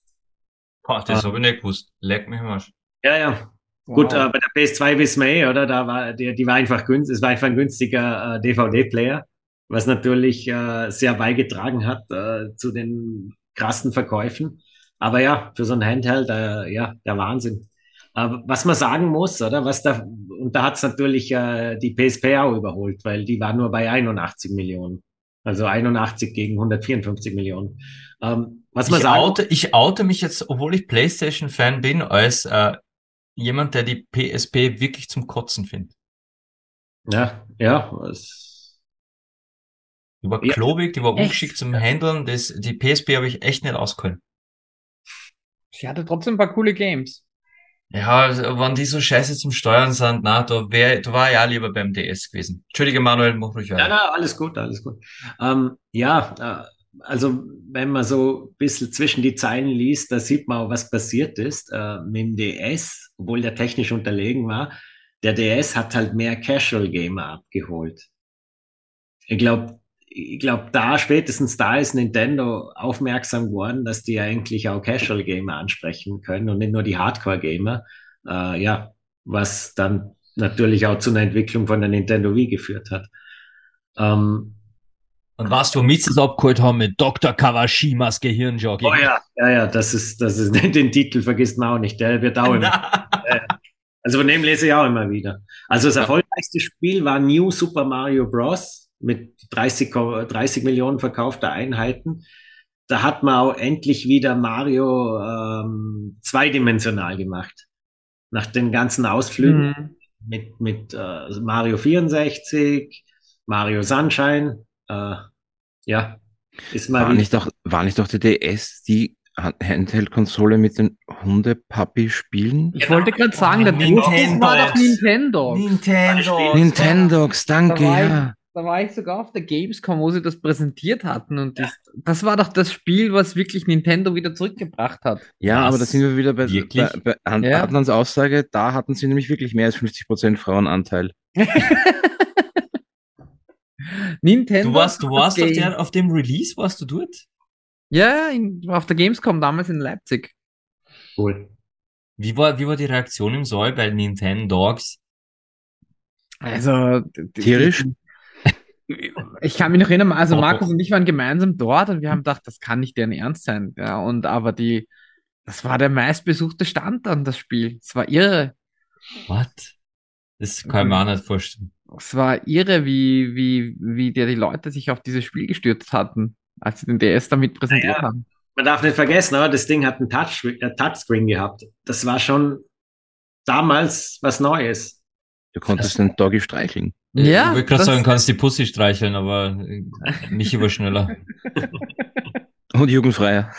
Boah, das habe ich nicht gewusst. Leck mich am Arsch. Ja, ja. Wow. Gut, äh, bei der P S zwei wissen wir eh, oder? Da war die, die war einfach günstig, es war einfach ein günstiger äh, D V D-Player, was natürlich äh, sehr beigetragen hat äh, zu den krassen Verkäufen. Aber ja, für so ein Handheld, äh, ja, der Wahnsinn. Aber was man sagen muss, oder? Was da, und da hat es natürlich äh, die P S P auch überholt, weil die war nur bei einundachtzig Millionen. Also einundachtzig gegen hundertvierundfünfzig Millionen. Ähm, was man Ich sagen oute, ich oute mich jetzt, obwohl ich PlayStation-Fan bin, als äh, jemand, der die P S P wirklich zum Kotzen findet. ja, ja, es, Die war ja, klobig, die war Echt? ungeschickt zum Handeln. Das, die P S P habe ich echt nicht ausgehalten. Sie hatte trotzdem ein paar coole Games. Ja, also, wenn die so scheiße zum Steuern sind, na, da wär, da war ich auch lieber beim D S gewesen. Entschuldige, Manuel, mach ruhig ja, weiter. na, alles gut, alles gut. Ähm, ja, äh, also wenn man so ein bisschen zwischen die Zeilen liest, da sieht man auch, was passiert ist äh, mit dem D S, obwohl der technisch unterlegen war. Der D S hat halt mehr Casual Gamer abgeholt. Ich glaube, ich glaube, da spätestens da ist Nintendo aufmerksam geworden, dass die eigentlich auch Casual Gamer ansprechen können und nicht nur die Hardcore Gamer. Äh, ja, was dann natürlich auch zu einer Entwicklung von der Nintendo Wii geführt hat. Ähm, Und was du mit das abgeholt haben mit Doktor Kawashimas Gehirnjogging. oh ja, ja, ja, das ist, das ist, den Titel vergisst man auch nicht, der wird auch immer. Na. Also von dem lese ich auch immer wieder. Also das erfolgreichste Spiel war New Super Mario Bros. Mit dreißig, dreißig Millionen verkaufter Einheiten. Da hat man auch endlich wieder Mario ähm, zweidimensional gemacht. Nach den ganzen Ausflügen Mhm. mit, mit äh, Mario vierundsechzig Mario Sunshine, äh, ja, ist mal War wieder. nicht doch, war nicht doch der D S die Hand- Handheld-Konsole mit den Hunde-Papi-Spielen? Ich wollte gerade sagen, der Nintendo. Durchbruch war doch Nintendo. Nintendo. Nintendogs, Da danke, war, ich, ja. da war ich sogar auf der Gamescom, wo sie das präsentiert hatten. Und das, das war doch das Spiel, was wirklich Nintendo wieder zurückgebracht hat. Ja, aber da Was? sind wir wieder bei, Wirklich? bei, bei Ad- Ja. Adnans Aussage, da hatten sie nämlich wirklich mehr als fünfzig Prozent Frauenanteil. Nintendo. Du warst, du hat warst das auf, Game- der, auf dem Release, warst du dort? Ja, in, auf der Gamescom damals in Leipzig. Cool. Wie war, wie war die Reaktion im Saal bei Nintendogs? Also, d- d- Tierisch? Ich, ich kann mich noch erinnern, also Oh. Markus und ich waren gemeinsam dort und wir haben gedacht, das kann nicht deren Ernst sein. Ja, und aber die, das war der meistbesuchte Stand an das Spiel. Es war irre. What? Das kann ich mir auch nicht vorstellen. Es war irre, wie, wie, wie der die Leute sich auf dieses Spiel gestürzt hatten, als sie den D S damit präsentiert Ja. haben. Man darf nicht vergessen, aber das Ding hat einen Touch, äh, Touchscreen gehabt. Das war schon damals was Neues. Du konntest den Doggy streicheln. ich Ja, wollte gerade das- sagen, kannst die Pussy streicheln, aber äh, Michi war schneller. Und jugendfreier.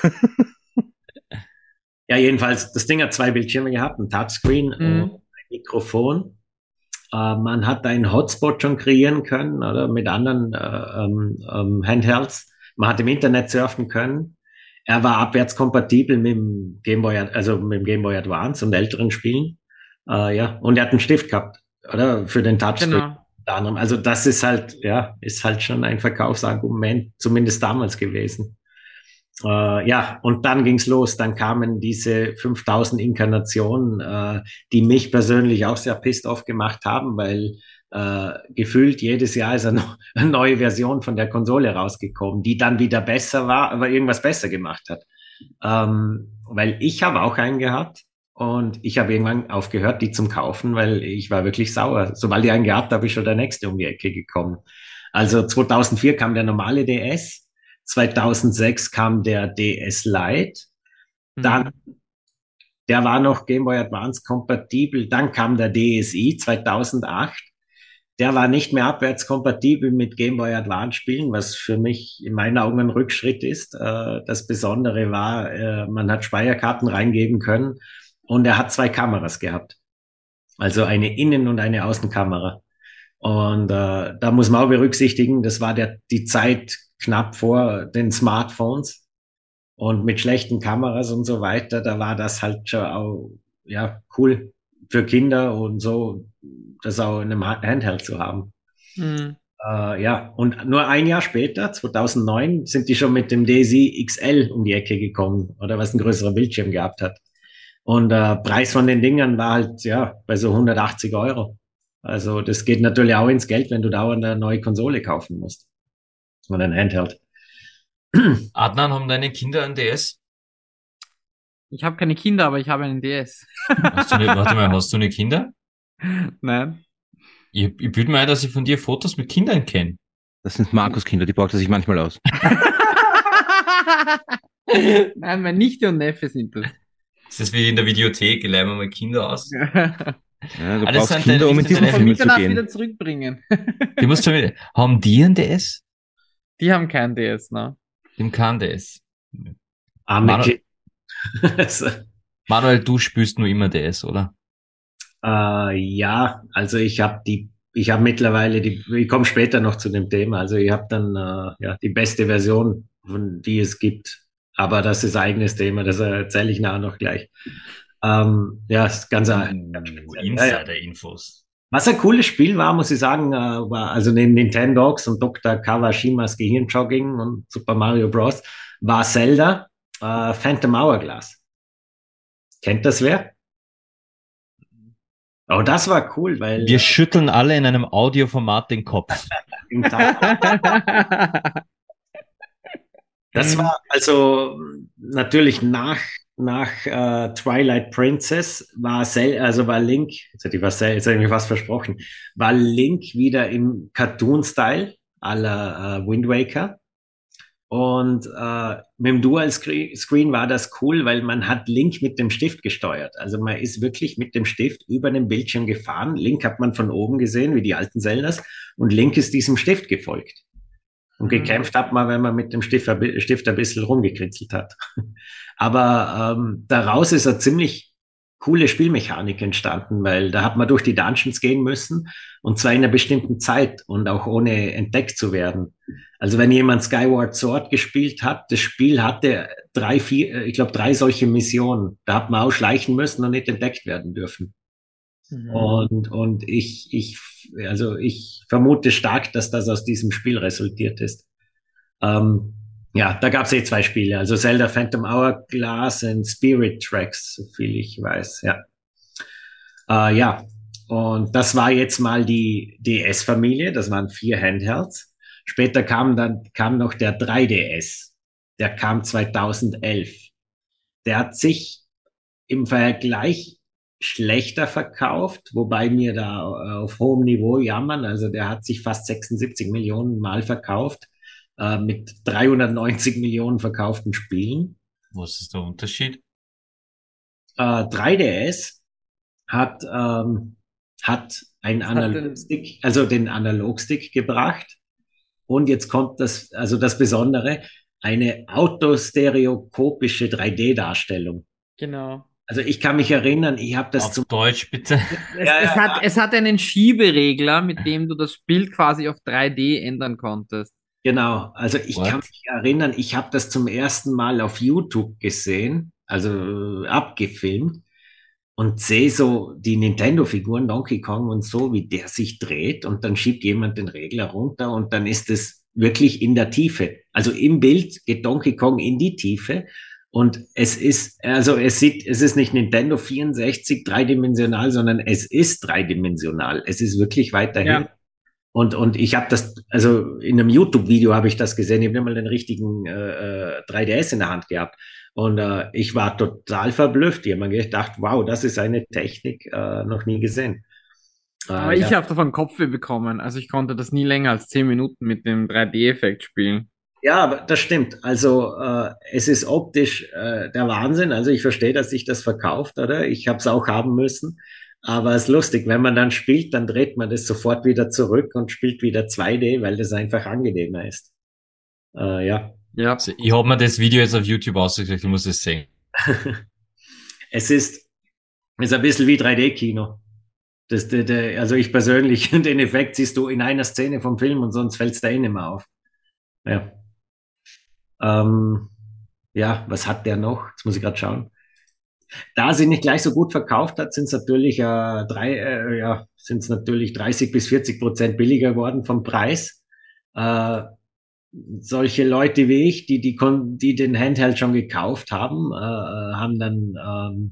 Ja, jedenfalls, das Ding hat zwei Bildschirme gehabt, ein Touchscreen Mhm. und ein Mikrofon. Äh, man hat einen Hotspot schon kreieren können, oder mit anderen äh, ähm, ähm, Handhelds. Man hat im Internet surfen können. Er war abwärtskompatibel mit dem Game Boy, also mit dem Game Boy Advance und älteren Spielen. Äh, ja, und er hat einen Stift gehabt, oder? Für den Touchscreen. Genau. Unter anderem. Also das ist halt, ja, ist halt schon ein Verkaufsargument, zumindest damals gewesen. Äh, ja, und dann ging's los. Dann kamen diese fünftausend Inkarnationen, äh, die mich persönlich auch sehr pissed off gemacht haben, weil äh, gefühlt jedes Jahr ist eine, eine neue Version von der Konsole rausgekommen, die dann wieder besser war, aber irgendwas besser gemacht hat. Ähm, weil ich habe auch einen gehabt und ich habe irgendwann aufgehört, die zum kaufen, weil ich war wirklich sauer. Sobald ich einen gehabt habe, ist schon der nächste um die Ecke gekommen. Also zweitausendvier kam der normale D S. zweitausendsechs kam der D S Lite, dann, der war noch Game Boy Advance kompatibel, dann kam der D S i zweitausendacht, der war nicht mehr abwärtskompatibel mit Game Boy Advance Spielen, was für mich in meinen Augen ein Rückschritt ist. Äh, das Besondere war, äh, man hat Speicherkarten reingeben können und er hat zwei Kameras gehabt. Also eine Innen- und eine Außenkamera. Und äh, da muss man auch berücksichtigen, das war der, die Zeit knapp vor den Smartphones und mit schlechten Kameras und so weiter, da war das halt schon auch, ja, cool für Kinder und so, das auch in einem Handheld zu haben. Mhm. Äh, ja, und nur ein Jahr später, zweitausendneun, sind die schon mit dem D S i X L um die Ecke gekommen, oder was einen größeren Bildschirm gehabt hat. Und der äh, Preis von den Dingern war halt, ja, bei so hundertachtzig Euro. Also das geht natürlich auch ins Geld, wenn du dauernd eine neue Konsole kaufen musst. Und ein Handheld. Adnan, haben deine Kinder einen D S? Ich habe keine Kinder, aber ich habe einen D S. Hast du eine, warte mal, hast du eine Kinder? Nein. Ich, ich bilde mir ein, dass ich von dir Fotos mit Kindern kenne. Das sind Markus-Kinder, die braucht er sich manchmal aus. Nein, meine Nichte und Neffe sind das. Das ist wie in der Videothek, ich leihe mir mal Kinder aus. Ja, du Ah, das brauchst sind Kinder, deine um in Nichten, diesen deine Von Filme zu Mitternacht gehen. wieder zurückbringen. Die musst du mit, haben die einen D S? Die haben keinen D S, ne? Dem kann D S. Arme Manuel- Kind. Manuel, du spielst nur immer D S, oder? Äh, ja, also ich habe die, ich habe mittlerweile die, ich komme später noch zu dem Thema. Also ich habe dann äh, ja die beste Version, von die es gibt. Aber das ist ein eigenes Thema, das erzähle ich nachher noch gleich. Ähm, ja, das ganze Uh, ja, ja. Insider-Infos. Was ein cooles Spiel war, muss ich sagen, äh, war also neben Nintendogs und Doktor Kawashimas Gehirnjogging und Super Mario Bros. War Zelda äh, Phantom Hourglass. Kennt das wer? Oh, das war cool, weil Wir schütteln alle in einem Audioformat den Kopf. im Tag, das war also natürlich nach nach äh, Twilight Princess war Sel also war Link, jetzt hätte ich was, jetzt hätte ich mir was versprochen, war Link wieder im Cartoon-Style à la äh, Wind Waker. Und äh, mit dem Dual-Screen war das cool, weil man hat Link mit dem Stift gesteuert. Also man ist wirklich mit dem Stift über den Bildschirm gefahren. Link hat man von oben gesehen, wie die alten Zeldas. Und Link ist diesem Stift gefolgt. Und Mhm. gekämpft hat man, wenn man mit dem Stift, Stift ein bisschen rumgekritzelt hat. Aber ähm, daraus ist eine ziemlich coole Spielmechanik entstanden, weil da hat man durch die Dungeons gehen müssen und zwar in einer bestimmten Zeit und auch ohne entdeckt zu werden. Also wenn jemand Skyward Sword gespielt hat, das Spiel hatte drei, vier, ich glaube drei solche Missionen. Da hat man auch schleichen müssen und nicht entdeckt werden dürfen. Mhm. Und, und ich, ich, also ich vermute stark, dass das aus diesem Spiel resultiert ist. Ähm, ja, da gab es eh zwei Spiele, also Zelda Phantom Hourglass und Spirit Tracks, so viel ich weiß, ja. Äh, ja, und das war jetzt mal die D S-Familie, das waren vier Handhelds. Später kam dann kam noch der drei D S, der kam zweitausendelf. Der hat sich im Vergleich schlechter verkauft, wobei wir da auf hohem Niveau jammern. Also der hat sich fast sechsundsiebzig Millionen Mal verkauft, äh, mit dreihundertneunzig Millionen verkauften Spielen. Was ist der Unterschied? Äh, drei D S hat, ähm, hat ein hat den- Analogstick, also den Analogstick gebracht. Und jetzt kommt das, also das Besondere, eine autostereoskopische drei D-Darstellung. Genau. Also ich kann mich erinnern, ich habe das Auf zum Deutsch bitte. Es, Ja, es, ja, hat, es hat einen Schieberegler, mit dem du das Bild quasi auf drei D ändern konntest. Genau, also ich What? kann mich erinnern, ich habe das zum ersten Mal auf YouTube gesehen, also äh, abgefilmt und sehe so die Nintendo-Figuren Donkey Kong und so, wie der sich dreht und dann schiebt jemand den Regler runter und dann ist es wirklich in der Tiefe. Also im Bild geht Donkey Kong in die Tiefe und es ist, also es sieht, es ist nicht Nintendo vierundsechzig dreidimensional, sondern es ist dreidimensional. Es ist wirklich weiterhin. Ja. Und, und ich habe das, also in einem YouTube-Video habe ich das gesehen, ich habe nicht mal den richtigen äh, drei D S in der Hand gehabt. Und äh, ich war total verblüfft. Ich habe mir gedacht, wow, das ist eine Technik, äh, noch nie gesehen. Äh, Aber ich ja. habe davon Kopfweh bekommen. Also ich konnte das nie länger als zehn Minuten mit dem drei D-Effekt spielen. Ja, aber das stimmt. Also äh, es ist optisch äh, der Wahnsinn. Also ich verstehe, dass sich das verkauft, oder? Ich habe es auch haben müssen. Aber es ist lustig, wenn man dann spielt, dann dreht man das sofort wieder zurück und spielt wieder zwei D, weil das einfach angenehmer ist. Äh, ja. Ja. Also, ich habe mir das Video jetzt auf YouTube ausgeklickt, ich muss es sehen. Es ist, ist ein bisschen wie drei D-Kino. Das, der, der, also ich persönlich, den Effekt siehst du in einer Szene vom Film und sonst fällt es da eh nicht mehr auf. Ja. Ähm, ja, was hat der noch? Jetzt muss ich gerade schauen. Da sie nicht gleich so gut verkauft hat, sind es natürlich äh, drei, äh, ja, sind es natürlich dreißig bis vierzig Prozent billiger geworden vom Preis. Äh, solche Leute wie ich, die, die, kon die den Handheld schon gekauft haben, äh, haben dann ähm,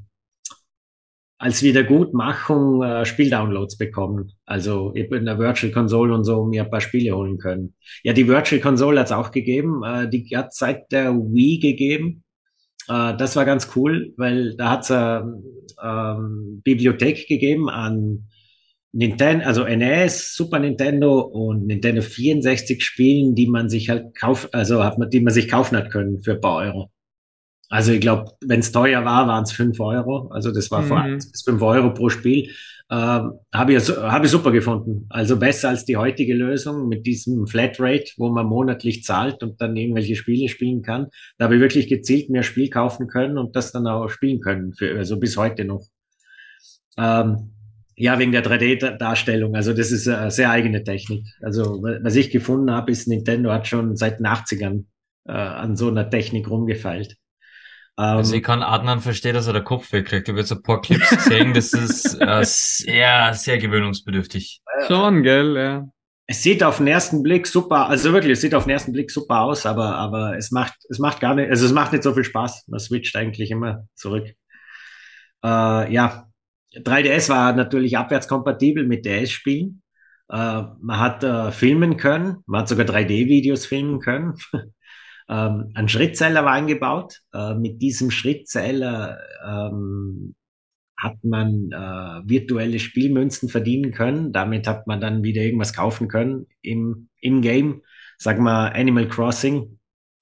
als Wiedergutmachung äh, Spieldownloads bekommen. Also ich bin in der Virtual Console und so mir ein paar Spiele holen können. Ja, die Virtual Console hat es auch gegeben. Äh, die hat seit der Wii gegeben. Äh, das war ganz cool, weil da hat es eine ähm, Bibliothek gegeben an Nintendo, also N E S, Super Nintendo und Nintendo vierundsechzig Spielen, die man sich halt kauft, also hat man, die man sich kaufen hat können für ein paar Euro. Also ich glaube, wenn es teuer war, waren es fünf Euro. Also das war vor Mhm. eins bis fünf Euro pro Spiel. Ähm, habe ich, hab ich super gefunden. Also besser als die heutige Lösung mit diesem Flatrate, wo man monatlich zahlt und dann irgendwelche Spiele spielen kann. Da habe ich wirklich gezielt mir ein Spiel kaufen können und das dann auch spielen können, für, also bis heute noch. Ähm, ja, wegen der drei D-Darstellung. Also das ist eine sehr eigene Technik. Also was ich gefunden habe, ist, Nintendo hat schon seit den achtzigern äh, an so einer Technik rumgefeilt. Also Ähm, ich kann Adnan verstehen, dass er der Kopf wegkriegt. Ich habe jetzt ein paar Clips gesehen, das ist äh, sehr, sehr gewöhnungsbedürftig. Schon, gell, ja. Es sieht auf den ersten Blick super, also wirklich, es sieht auf den ersten Blick super aus, aber, aber es macht, es macht gar nicht, also es macht nicht so viel Spaß. Man switcht eigentlich immer zurück. Äh, ja, drei D S war natürlich abwärtskompatibel mit D S-Spielen. Äh, man hat äh, filmen können, man hat sogar drei D-Videos filmen können. ähm, ein Schrittzähler war eingebaut. Äh, mit diesem Schrittzähler ähm, hat man äh, virtuelle Spielmünzen verdienen können. Damit hat man dann wieder irgendwas kaufen können im, im Game. Sag mal Animal Crossing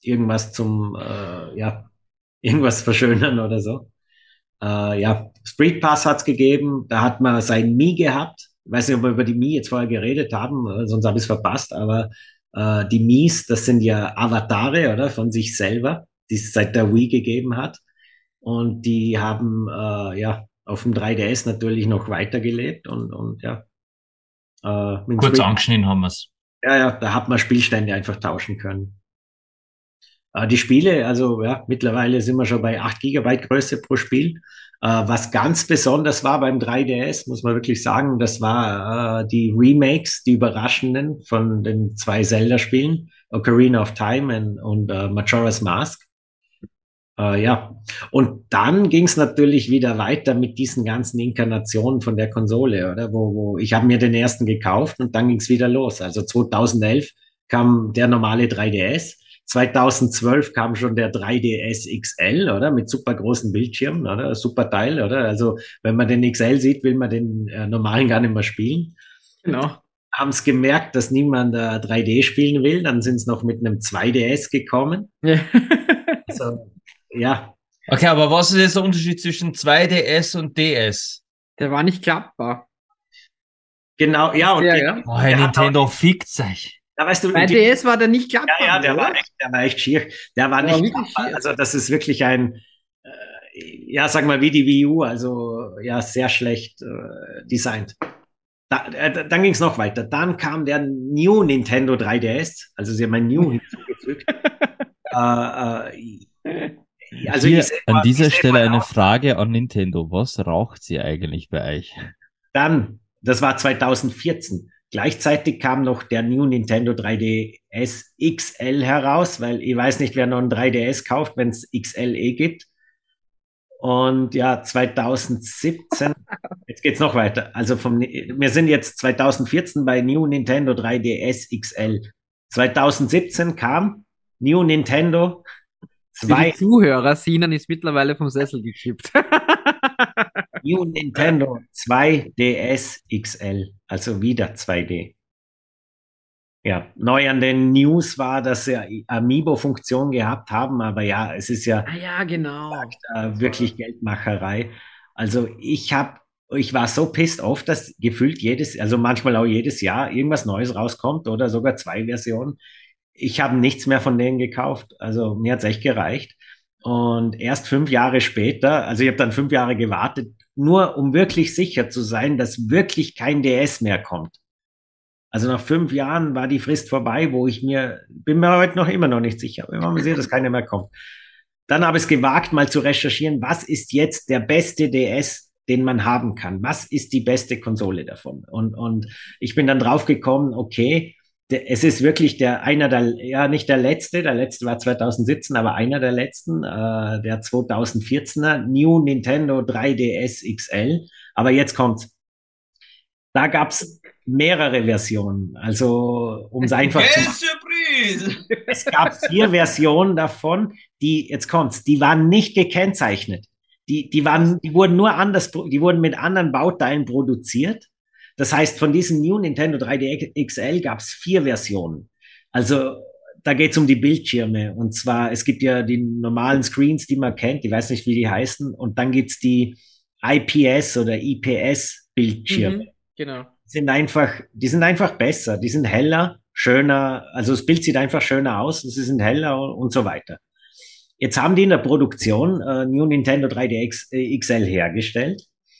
irgendwas zum, äh, ja, irgendwas verschönern oder so. Äh, ja, Street Pass hat's gegeben, da hat man sein Mii gehabt. Ich weiß nicht, ob wir über die Mii jetzt vorher geredet haben, äh, sonst habe ich es verpasst, aber äh, die Miis, das sind ja Avatare, oder, von sich selber, die es seit der Wii gegeben hat. Und die haben äh, ja auf dem drei D S natürlich noch weitergelebt und, und ja, äh, mit dem Kurz Street, angeschnitten haben wir's. ja, ja, da hat man Spielstände einfach tauschen können. Äh, die Spiele, also ja, mittlerweile sind wir schon bei acht Gigabyte Größe pro Spiel. Äh, was ganz besonders war beim drei D S, muss man wirklich sagen, das war äh, die Remakes, die überraschenden von den zwei Zelda-Spielen, Ocarina of Time and, und äh, Majora's Mask. Äh, ja, und dann ging es natürlich wieder weiter mit diesen ganzen Inkarnationen von der Konsole, oder? Wo, wo ich habe mir den ersten gekauft und dann ging es wieder los. Also zweitausendelf kam der normale drei D S. zweitausendzwölf kam schon der drei D S X L, oder? Mit super großen Bildschirmen, oder? Super Teil, oder? Also, wenn man den X L sieht, will man den äh, normalen gar nicht mehr spielen. Genau. Haben es gemerkt, dass niemand äh, drei D spielen will. Dann sind es noch mit einem zwei D S gekommen. Ja. Also, ja, Okay, aber was ist jetzt der Unterschied zwischen zwei D S und D S? Der war nicht klappbar. genau, ja, und Der, die, ja. Oh, Herr der hat Nintendo, fickt euch. da weißt du, Bei die, D S war der nicht ja, klappbar. ja, der oder? war echt, der war echt schier. Der war Der war nicht, wirklich schier. also das ist wirklich ein, äh, ja, sag mal, wie die Wii U, also ja, sehr schlecht äh, designt. Da, äh, dann ging es noch weiter. Dann kam der New Nintendo drei D S, also sie haben ein New hinzugefügt. äh, äh, also Hier ich seh an mal- dieser ich seh Stelle mal eine aus. Frage an Nintendo. Was raucht sie eigentlich bei euch? Dann, das war zweitausendvierzehn. Gleichzeitig kam noch der New Nintendo drei D S X L heraus, weil ich weiß nicht, wer noch ein drei D S kauft, wenn es X L eh gibt. Und ja, zweitausendsiebzehn, jetzt geht's noch weiter. Also vom, wir sind jetzt zweitausendvierzehn bei New Nintendo drei D S X L. zweitausendsiebzehn kam New Nintendo Für die zwei, Zuhörer, Sinan ist mittlerweile vom Sessel gekippt. New Nintendo zwei D S X L, also wieder zwei D. Ja, neu an den News war, dass sie Amiibo-Funktion gehabt haben, aber ja, es ist ja Ah ja, genau. äh, wirklich Geldmacherei. Also ich habe, ich war so pissed off, dass gefühlt jedes, also manchmal auch jedes Jahr irgendwas Neues rauskommt oder sogar zwei Versionen. Ich habe nichts mehr von denen gekauft. Also mir hat's echt gereicht. Und erst fünf Jahre später, also ich habe dann fünf Jahre gewartet, nur um wirklich sicher zu sein, dass wirklich kein D S mehr kommt. Also nach fünf Jahren war die Frist vorbei, wo ich mir, bin mir heute noch immer noch nicht sicher, wenn man sieht, dass keiner mehr kommt. Dann habe ich es gewagt, mal zu recherchieren, was ist jetzt der beste D S, den man haben kann? Was ist die beste Konsole davon? Und, und ich bin dann drauf gekommen, okay, der, es ist wirklich der einer der, ja nicht der letzte, der letzte war zweitausendsiebzehn, aber einer der letzten, äh, der zweitausendvierzehner New Nintendo drei D S X L. Aber jetzt kommt's. Da gab's mehrere Versionen. Also, um es einfach zu machen. Surprise! Es gab vier Versionen davon, die, jetzt kommt's, die waren nicht gekennzeichnet. Die, die waren, die wurden nur anders, die wurden mit anderen Bauteilen produziert. Das heißt, von diesem New Nintendo drei D X L gab's vier Versionen. Also, da geht's um die Bildschirme. Und zwar, es gibt ja die normalen Screens, die man kennt, ich weiß nicht, wie die heißen. Und dann gibt's die I P S oder I P S Bildschirme. Mhm, genau. Sind einfach, die sind einfach besser, die sind heller, schöner, also das Bild sieht einfach schöner aus, sie sind heller und, und so weiter. Jetzt haben die in der Produktion äh, New Nintendo drei D X, äh, X L hergestellt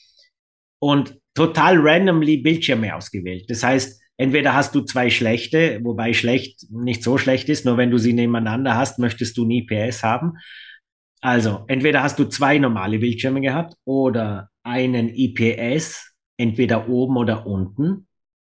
und total randomly Bildschirme ausgewählt. Das heißt, entweder hast du zwei schlechte, wobei schlecht nicht so schlecht ist, nur wenn du sie nebeneinander hast, möchtest du ein I P S haben. Also, entweder hast du zwei normale Bildschirme gehabt oder einen I P S, entweder oben oder unten,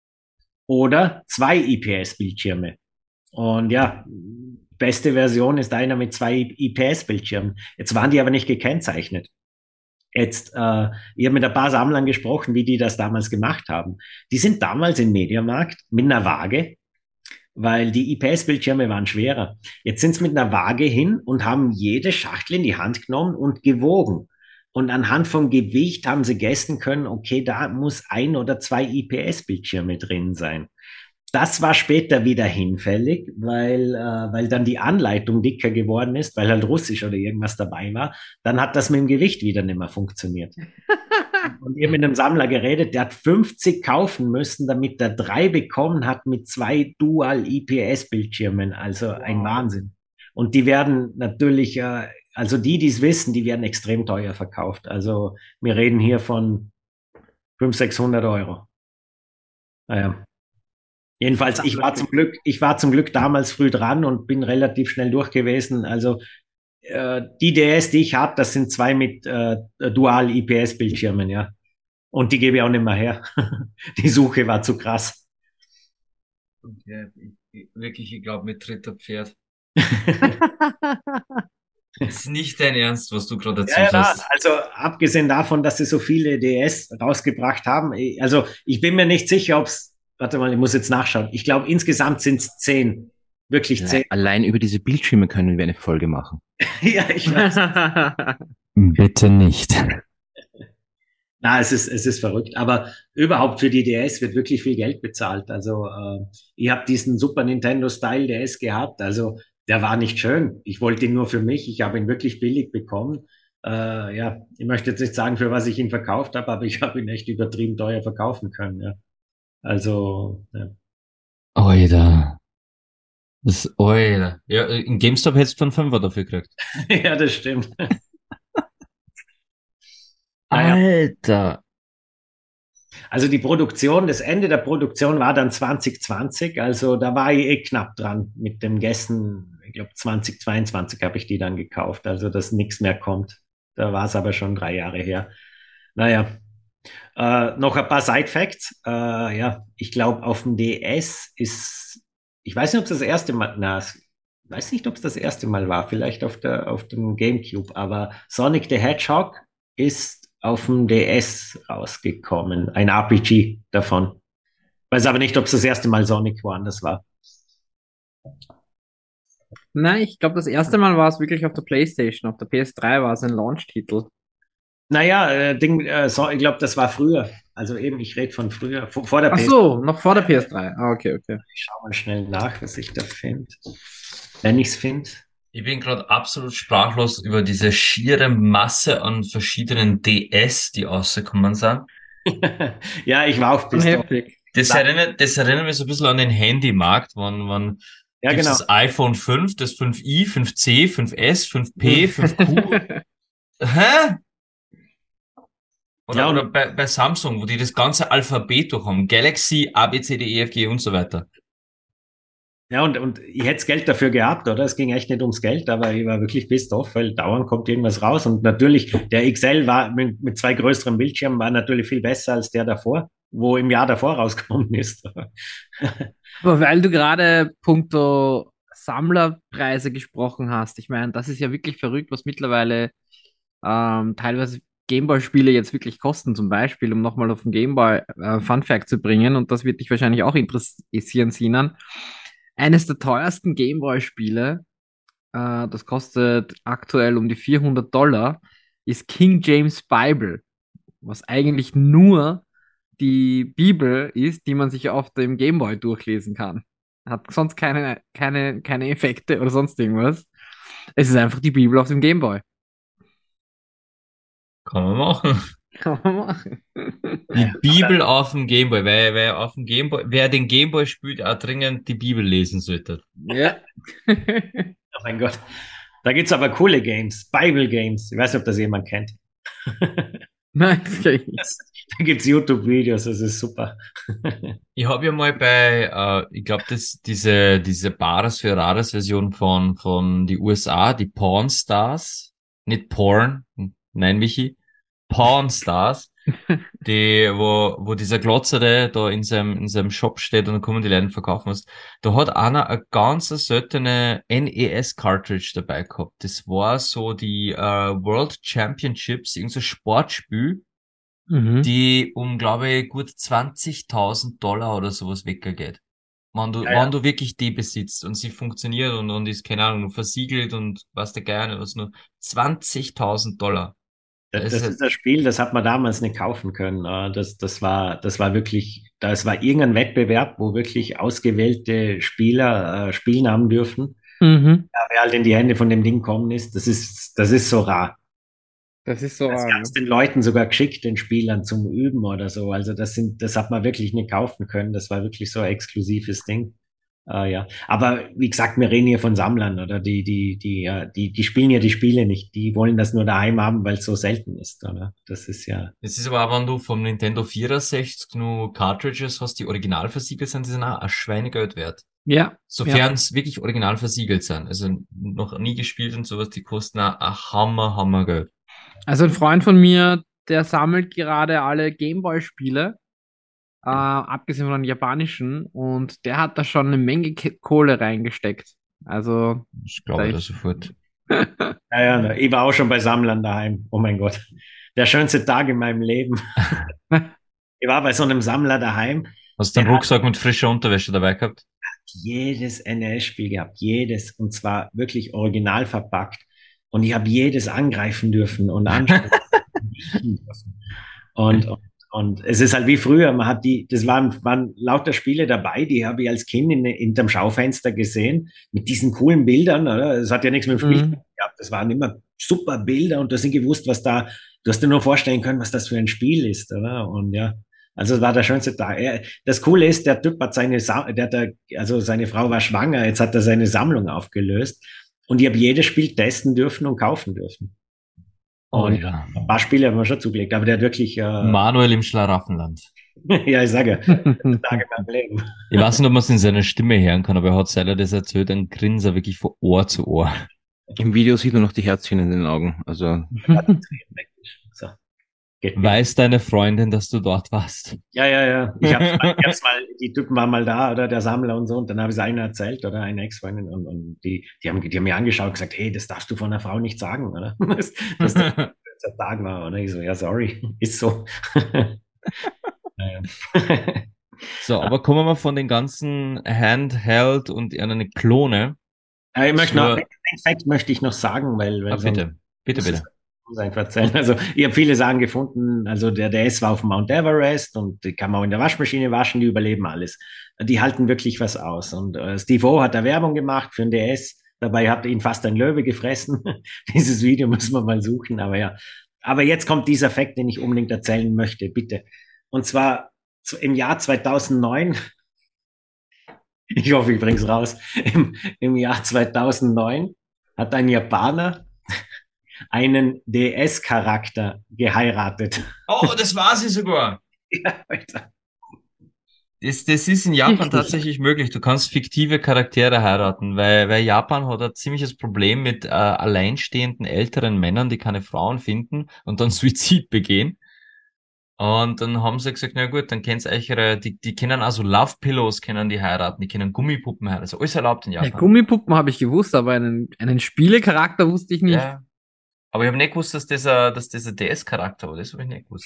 oder zwei I P S-Bildschirme. Und ja, beste Version ist einer mit zwei I P S-Bildschirmen. Jetzt waren die aber nicht gekennzeichnet. Jetzt, äh, ich habe mit ein paar Sammlern gesprochen, wie die das damals gemacht haben. Die sind damals im Mediamarkt mit einer Waage, weil die I P S-Bildschirme waren schwerer. Jetzt sind sie mit einer Waage hin und haben jede Schachtel in die Hand genommen und gewogen. Und anhand vom Gewicht haben sie gessen können, okay, da muss ein oder zwei I P S-Bildschirme drin sein. das war später wieder hinfällig, weil, äh, weil dann die Anleitung dicker geworden ist, weil halt Russisch oder irgendwas dabei war. Dann hat das mit dem Gewicht wieder nicht mehr funktioniert. Und ihr mit einem Sammler geredet, der hat fünfzig kaufen müssen, damit er drei bekommen hat mit zwei Dual-I P S-Bildschirmen. Also ein Wahnsinn. Und die werden natürlich, äh, also die, die es wissen, die werden extrem teuer verkauft. Also wir reden hier von fünfhundert, sechshundert Euro. Naja. Jedenfalls, ich war zum Glück, ich war zum Glück damals früh dran und bin relativ schnell durch gewesen. Also äh, die D S, die ich habe, das sind zwei mit äh, Dual-I P S-Bildschirmen, ja. Und die gebe ich auch nicht mehr her. Die Suche war zu krass. Okay, ich, ich, wirklich, ich glaube, mit dritter Pferd. Das ist nicht dein Ernst, was du gerade Ja, erzählt ja, hast. also abgesehen davon, dass sie so viele D S rausgebracht haben, ich- also ich bin mir nicht sicher, ob es, warte mal, ich muss jetzt nachschauen. Ich glaube, insgesamt sind es zehn. Wirklich zehn. Allein über diese Bildschirme können wir eine Folge machen. Ja, ich weiß. Bitte nicht. Na, es ist, es ist verrückt. Aber überhaupt für die D S wird wirklich viel Geld bezahlt. Also äh, ich habe diesen Super Nintendo Style D S gehabt. Also der war nicht schön. Ich wollte ihn nur für mich. Ich habe ihn wirklich billig bekommen. Äh, ja, ich möchte jetzt nicht sagen, für was ich ihn verkauft habe, aber ich habe ihn echt übertrieben teuer verkaufen können. Ja. Also, ja. Oida. Das, oida. Ja, in GameStop hättest du einen Fünfer dafür gekriegt. Ja, das stimmt. Naja. Alter. Also die Produktion, das Ende der Produktion war dann zwanzig zwanzig, also da war ich eh knapp dran mit dem Gessen. Ich glaube zwanzig zweiundzwanzig habe ich die dann gekauft, also dass nichts mehr kommt. Da war es aber schon drei Jahre her. Naja, äh, noch ein paar Side-Facts. Äh, ja, ich glaube auf dem D S ist, ich weiß nicht, ob es das erste Mal, na, ich weiß nicht, ob es das erste Mal war, vielleicht auf der, auf dem GameCube, aber Sonic the Hedgehog ist auf dem D S rausgekommen. Ein R P G davon. Weiß aber nicht, ob es das erste Mal Sonic woanders war. Nein, ich glaube, das erste Mal war es wirklich auf der PlayStation. Auf der P S drei war es ein Launch-Titel. Naja, äh, Ding, äh, so, ich glaube, das war früher. Also eben, ich rede von früher, vor, vor der Ach P S. so, noch vor der P S drei. Ah, okay, okay. Ich schaue mal schnell nach, was ich da finde. Wenn ich es finde. Ich bin gerade absolut sprachlos über diese schiere Masse an verschiedenen D S, die rausgekommen sind. Ja, ich war auch Und bis heftig. Das erinnert, das erinnert mich so ein bisschen an den Handymarkt, wann, wann Ja, gibt's genau. das iPhone fünf, das fünf i, fünf c, fünf s, fünf p, fünf q. Hä? Oder, Ja, und- oder bei, bei Samsung, wo die das ganze Alphabet durch haben. Galaxy, A, B, C, D, E, F, G und so weiter. Ja, und, und ich hätte Geld dafür gehabt, oder? Es ging echt nicht ums Geld, aber ich war wirklich pissed off, weil dauernd kommt irgendwas raus. Und natürlich, der X L war mit, mit zwei größeren Bildschirmen war natürlich viel besser als der davor, wo im Jahr davor rausgekommen ist. Aber weil du gerade puncto Sammlerpreise gesprochen hast, ich meine, das ist ja wirklich verrückt, was mittlerweile ähm, teilweise Gameboy-Spiele jetzt wirklich kosten, zum Beispiel, um nochmal auf den Gameboy äh, Fun Fact zu bringen, und das wird dich wahrscheinlich auch interessieren, Sinan. Eines der teuersten Gameboy-Spiele, äh, das kostet aktuell um die vierhundert Dollar, ist King James Bible, was eigentlich nur die Bibel ist, die man sich auf dem Gameboy durchlesen kann. Hat sonst keine, keine, keine Effekte oder sonst irgendwas. Es ist einfach die Bibel auf dem Gameboy. Kann man machen. Kann man machen. Die Bibel auf dem Gameboy, weil, weil auf dem Gameboy, wer den Gameboy spielt, auch dringend die Bibel lesen sollte. Ja. Oh mein Gott. Da gibt's aber coole Games, Bible Games. Ich weiß nicht, ob das jemand kennt. Nein, das kenn ich nicht. Das, da gibt's YouTube-Videos, das ist super. Ich habe ja mal bei, äh, ich glaube, das diese diese Bares für Rares Version von von die U S A, die Pawn Stars, nicht Porn, nein Michi, Pawn Stars, die wo wo dieser Glotzere da in seinem in seinem Shop steht und dann kommen die Leute und verkaufen was. Da hat einer eine ganz seltene N E S Cartridge dabei gehabt. Das war so die äh, World Championships, irgend so ein Sportspiel, Mhm. die um, glaube ich, gut zwanzigtausend Dollar oder sowas weggeht. Wenn du, Ja, ja. wenn du wirklich die besitzt und sie funktioniert und, und ist, keine Ahnung, versiegelt und was der gerne, was nur zwanzigtausend Dollar. Das, Es das ist, ist das Spiel, das hat man damals nicht kaufen können. Äh, Das, das war, das war wirklich, das war irgendein Wettbewerb, wo wirklich ausgewählte Spieler äh, spielen haben dürfen. Mhm. Ja, wer halt in die Hände von dem Ding kommen ist, das ist, das ist so rar. Das ist so Das rar, gab es ne? den Leuten sogar geschickt, den Spielern zum Üben oder so. Also das sind, das hat man wirklich nicht kaufen können. Das war wirklich so ein exklusives Ding. Äh, ja, aber wie gesagt, wir reden hier von Sammlern oder die, die, die, ja, die, die spielen ja die Spiele nicht. Die wollen das nur daheim haben, weil es so selten ist, oder? Das ist ja. es ist aber auch, wenn du vom Nintendo vierundsechzig nur Cartridges hast, die original versiegelt sind, die sind auch ein Schweinegeld wert. Ja, ja. Sofern es wirklich original versiegelt sind. Also noch nie gespielt und sowas, die kosten auch ein Hammer, Hammer Geld. Also ein Freund von mir, der sammelt gerade alle Gameboy-Spiele, äh, abgesehen von den japanischen, und der hat da schon eine Menge Ke- Kohle reingesteckt. Also, Ich da glaube das ist, sofort. Ja, ja, ne, ich war auch schon bei Sammlern daheim. Oh mein Gott. Der schönste Tag in meinem Leben. Ich war bei so einem Sammler daheim. Hast du Der einen hat Rucksack mit frischer Unterwäsche dabei gehabt? jedes N E S-Spiel gehabt. Jedes. Und zwar wirklich original verpackt. Und ich habe jedes angreifen dürfen und anschauen dürfen. Und, und, und es ist halt wie früher, man hat die, das waren, waren lauter Spiele dabei, die habe ich als Kind in, in dem Schaufenster gesehen, mit diesen coolen Bildern, oder? Das hat ja nichts mit dem Spiel Mhm. gehabt. Das waren immer super Bilder und du hast nicht gewusst, was da, du hast dir nur vorstellen können, was das für ein Spiel ist, oder? Und ja, also es war der schönste Tag. Er, das Coole ist, der Typ hat seine, Sa- der hat da, also seine Frau war schwanger, jetzt hat er seine Sammlung aufgelöst und ich habe jedes Spiel testen dürfen und kaufen dürfen. Oh Und ja. ein paar Spiele haben wir schon zugelegt, aber der hat wirklich, äh, Manuel im Schlaraffenland. ja, ich sage, Tage in meinem Leben. Ich weiß nicht, ob man es in seiner Stimme hören kann, aber er hat, seit er das erzählt, einen Grinser wirklich von Ohr zu Ohr. Im Video sieht man noch die Herzchen in den Augen. Also So, geht nicht. Weiß deine Freundin, dass du dort warst? Ja, ja, ja. Ich hab's mal, ich hab's mal, die Typen waren mal da, oder der Sammler und so, und dann habe ich es einer erzählt, oder eine Ex-Freundin, und, und die, die haben, die haben mir angeschaut und gesagt, hey, das darfst du von einer Frau nicht sagen, oder? Dass, dass das der Tag war, oder? Ich so, ja, sorry, ist so. Naja. So, aber kommen wir mal von den ganzen Handheld und eine Klone. Äh, ich möchte noch, Zur- einen Fact möchte ich noch sagen, weil, weil Ah, sonst bitte, bitte, muss es bitte. uns einfach erzählen. Also, ich habe viele Sachen gefunden. Also, der D S war auf dem Mount Everest und die kann man auch in der Waschmaschine waschen, die überleben alles. Die halten wirklich was aus. Und äh, Steve O hat da Werbung gemacht für den D S. Dabei hat ihn fast ein Löwe gefressen. Dieses Video müssen wir mal suchen, aber ja. Aber jetzt kommt dieser Fakt, den ich unbedingt erzählen möchte, bitte. Und zwar zu- im Jahr zweitausendneun, ich hoffe, ich bringe es raus, im, im Jahr zweitausendneun hat ein Japaner einen D S-Charakter geheiratet. Oh, das war sie sogar. Ja, Alter. Das, das ist in Japan Wirklich? tatsächlich möglich. Du kannst fiktive Charaktere heiraten, weil, weil Japan hat ein ziemliches Problem mit äh, alleinstehenden älteren Männern, die keine Frauen finden und dann Suizid begehen. Und dann haben sie gesagt, na gut, dann kennt's euch ihre, die, die können also Love Pillows können die heiraten, die können Gummipuppen heiraten. Also alles erlaubt in Ja, Japan. Gummipuppen habe ich gewusst, aber einen, einen Spielecharakter wusste ich nicht. Ja. Aber ich habe nicht gewusst, dass dieser, dass dieser D S-Charakter war. Das habe ich nicht gewusst.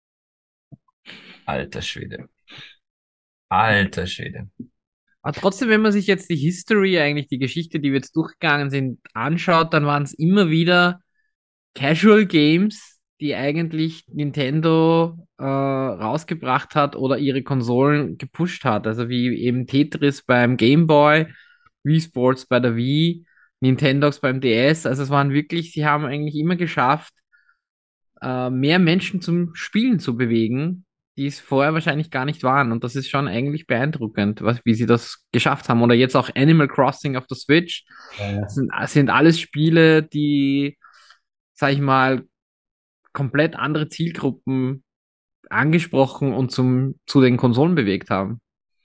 Alter Schwede. Alter Schwede. Aber trotzdem, wenn man sich jetzt die History, eigentlich die Geschichte, die wir jetzt durchgegangen sind, anschaut, dann waren es immer wieder Casual Games, die eigentlich Nintendo äh, rausgebracht hat oder ihre Konsolen gepusht hat. Also wie eben Tetris beim Game Boy, Wii Sports bei der Wii, Nintendogs beim D S. Also es waren wirklich, sie haben eigentlich immer geschafft, äh, mehr Menschen zum Spielen zu bewegen, die es vorher wahrscheinlich gar nicht waren. Und das ist schon eigentlich beeindruckend, was, wie sie das geschafft haben. Oder jetzt auch Animal Crossing auf der Switch. Ja, ja. Das sind, das sind alles Spiele, die, sag ich mal, komplett andere Zielgruppen angesprochen und zum, zu den Konsolen bewegt haben.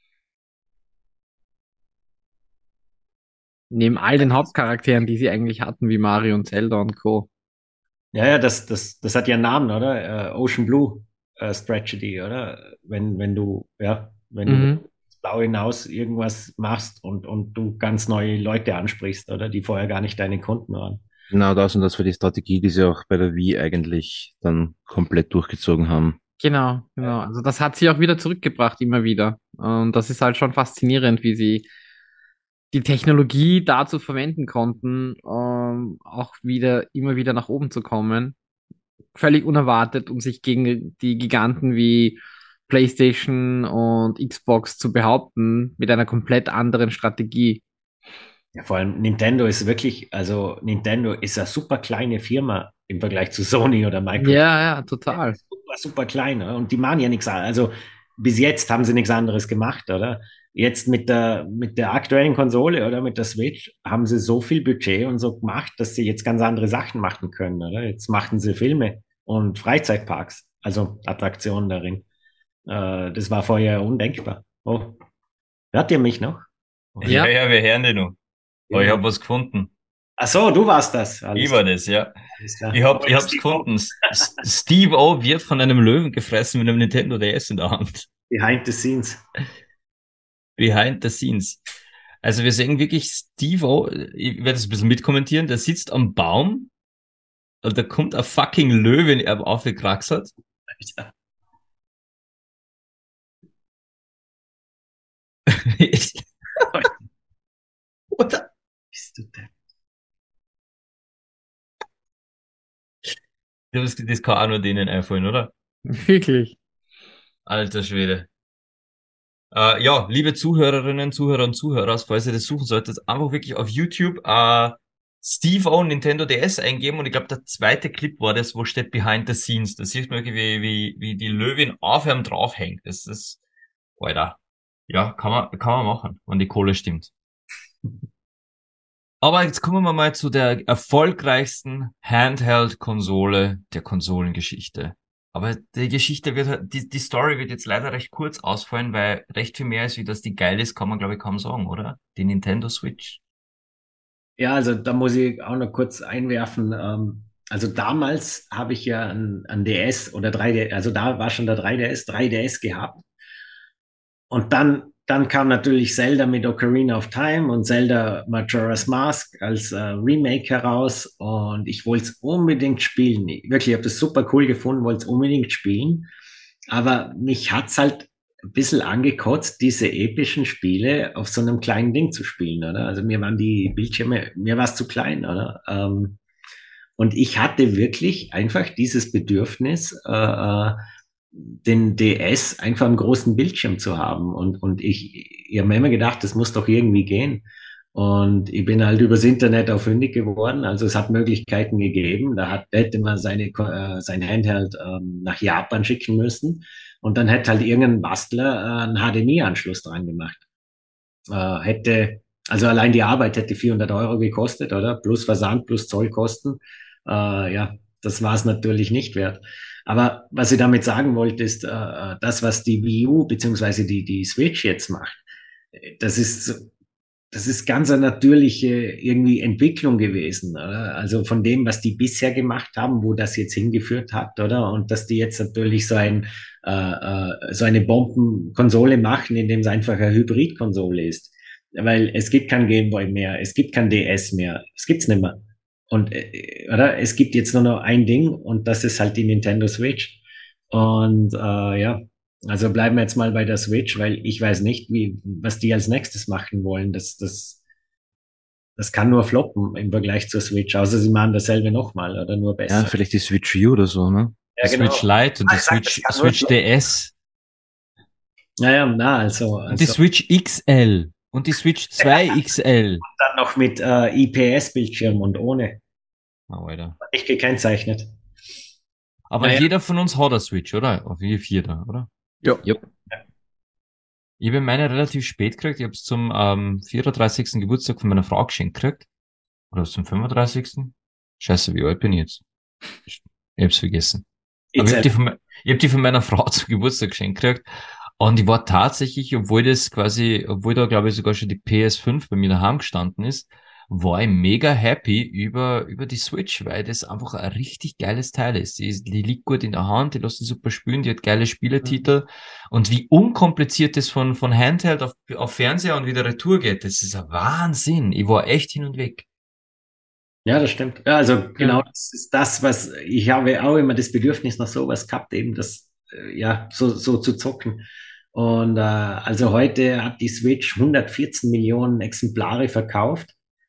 Neben all den Hauptcharakteren, die sie eigentlich hatten, wie Mario und Zelda und Co. Ja, ja, das, das, das hat ja einen Namen, oder? Äh, Ocean Blue äh, Strategy, oder? Wenn, wenn du, ja, wenn du Mhm. ins Blaue hinaus irgendwas machst und, und du ganz neue Leute ansprichst, oder? Die vorher gar nicht deine Kunden waren. genau das und das war die Strategie, die sie auch bei der Wii eigentlich dann komplett durchgezogen haben. Genau, genau. Also das hat sie auch wieder zurückgebracht, immer wieder. Und das ist halt schon faszinierend, wie sie die Technologie dazu verwenden konnten, ähm, auch wieder, immer wieder nach oben zu kommen. völlig unerwartet, um sich gegen die Giganten wie PlayStation und Xbox zu behaupten, mit einer komplett anderen Strategie. Ja, vor allem Nintendo ist wirklich, also Nintendo ist eine super kleine Firma im Vergleich zu Sony oder Microsoft. Ja, ja, total. Super, super klein, oder? Und die machen ja nichts anderes. Also bis jetzt haben sie nichts anderes gemacht, oder? Jetzt mit der, mit der aktuellen Konsole oder mit der Switch haben sie so viel Budget und so gemacht, dass sie jetzt ganz andere Sachen machen können, oder? Jetzt machen sie Filme und Freizeitparks, also Attraktionen darin. Äh, das war vorher undenkbar. Oh, hört ihr mich noch? Ja, Ja. ja, wir hören dich noch. Aber ich habe was gefunden. Ach so, du warst das. Ich Alles war klar. das, ja. Alles klar. Ich hab, Aber ich das hab's die gefunden. S- S- Steve O wird von einem Löwen gefressen mit einem Nintendo D S in der Hand. Behind the scenes. Behind the scenes. Also wir sehen wirklich Steve O, ich werde das ein bisschen mitkommentieren, der sitzt am Baum und da kommt ein fucking Löwe in ihm aufgekraxelt. Oder? Bist du denn? Das, das kann auch nur denen einfallen, oder? Wirklich. Alter Schwede. Äh, ja, liebe Zuhörerinnen, Zuhörer und Zuhörer, falls ihr das suchen solltet, einfach wirklich auf YouTube äh, Steve O Nintendo D S eingeben und ich glaube, der zweite Clip war das, wo steht Behind the Scenes. Da sieht man wirklich, wie, wie, wie die Löwin auf ihm draufhängt. Das ist, Alter. Ja, kann man, kann man machen, wenn die Kohle stimmt. Aber jetzt kommen wir mal zu der erfolgreichsten Handheld-Konsole der Konsolengeschichte. Aber die Geschichte wird, halt- die, die Story wird jetzt leider recht kurz ausfallen, weil recht viel mehr ist, wie dass die geil ist, kann man glaube ich kaum sagen, oder? Die Nintendo Switch. Ja, also da muss ich auch noch kurz einwerfen. Ähm, also damals habe ich ja ein, ein D S oder drei D S, also da war schon der drei D S, drei D S gehabt. Und dann, dann kam natürlich Zelda mit Ocarina of Time und Zelda Majora's Mask als äh, Remake heraus. Und ich wollte es unbedingt spielen. Ich, wirklich, ich habe das super cool gefunden, wollte es unbedingt spielen. Aber mich hat's halt ein bisschen angekotzt, diese epischen Spiele auf so einem kleinen Ding zu spielen, oder? Also mir waren die Bildschirme, mir war es zu klein, oder? Ähm, und ich hatte wirklich einfach dieses Bedürfnis, äh, äh, den D S einfach am großen Bildschirm zu haben. Und, und ich, ich habe mir immer gedacht, das muss doch irgendwie gehen. Und ich bin halt übers Internet auf fündig geworden. Also es hat Möglichkeiten gegeben. Da hat, hätte man seine, äh, sein Handheld ähm, nach Japan schicken müssen. Und dann hätte halt irgendein Bastler äh, einen H D M I-Anschluss dran gemacht. Äh, hätte, also allein die Arbeit hätte vierhundert Euro gekostet, oder? Plus Versand, plus Zollkosten. Äh, ja, das war es natürlich nicht wert. Aber was ich damit sagen wollte, ist, äh, das, was die Wii U beziehungsweise die, die Switch jetzt macht, das ist, das ist ganz eine natürliche irgendwie Entwicklung gewesen, oder? Also von dem, was die bisher gemacht haben, wo das jetzt hingeführt hat, oder? Und dass die jetzt natürlich so ein, äh, äh, so eine Bombenkonsole machen, indem es einfach eine Hybridkonsole ist. Weil es gibt kein Gameboy mehr, es gibt kein D S mehr, es gibt's nicht mehr. Und, äh, oder? Es gibt jetzt nur noch ein Ding und das ist halt die Nintendo Switch. Und äh, ja, also bleiben wir jetzt mal bei der Switch, weil ich weiß nicht, wie, was die als nächstes machen wollen. Das, das, das kann nur floppen im Vergleich zur Switch, außer sie machen dasselbe nochmal oder nur Ja, besser. vielleicht die Switch U oder so, ne? Ja, Die Switch Lite und Ah, die ich sag, das Switch, kann nur Switch floppen. D S Naja, na, also, und die also Switch X L und die Switch zwei X L. dann noch mit äh, I P S-Bildschirm und ohne, Oh, Alter. nicht gekennzeichnet. Aber Naja. jeder von uns hat eine Switch, oder? Auf wie vier da, oder? Ja. Jupp. Ich habe meine relativ spät gekriegt. Ich habe es zum ähm, vierunddreißigsten Geburtstag von meiner Frau geschenkt gekriegt. Oder zum fünfunddreißigsten. Scheiße, wie alt bin ich jetzt? Ich hab's vergessen. Aber ich habe die, von me- ich hab die von meiner Frau zum Geburtstag geschenkt gekriegt. Und ich war tatsächlich, obwohl das quasi, obwohl da glaube ich sogar schon die P S fünf bei mir daheim gestanden ist, war ich mega happy über, über die Switch, weil das einfach ein richtig geiles Teil ist. Die, ist- die liegt gut in der Hand, die lässt sich super spielen, die hat geile Spieletitel. Und wie unkompliziert das von, von Handheld auf, auf Fernseher und wieder Retour geht, das ist ein Wahnsinn. Ich war echt hin und weg. Ja, das stimmt. Ja, also genau, Ja. das ist das, was ich habe auch immer das Bedürfnis nach sowas gehabt, eben das, äh, ja, so, so zu zocken. Und äh, also heute hat die Switch hundertvierzehn Millionen Exemplare verkauft.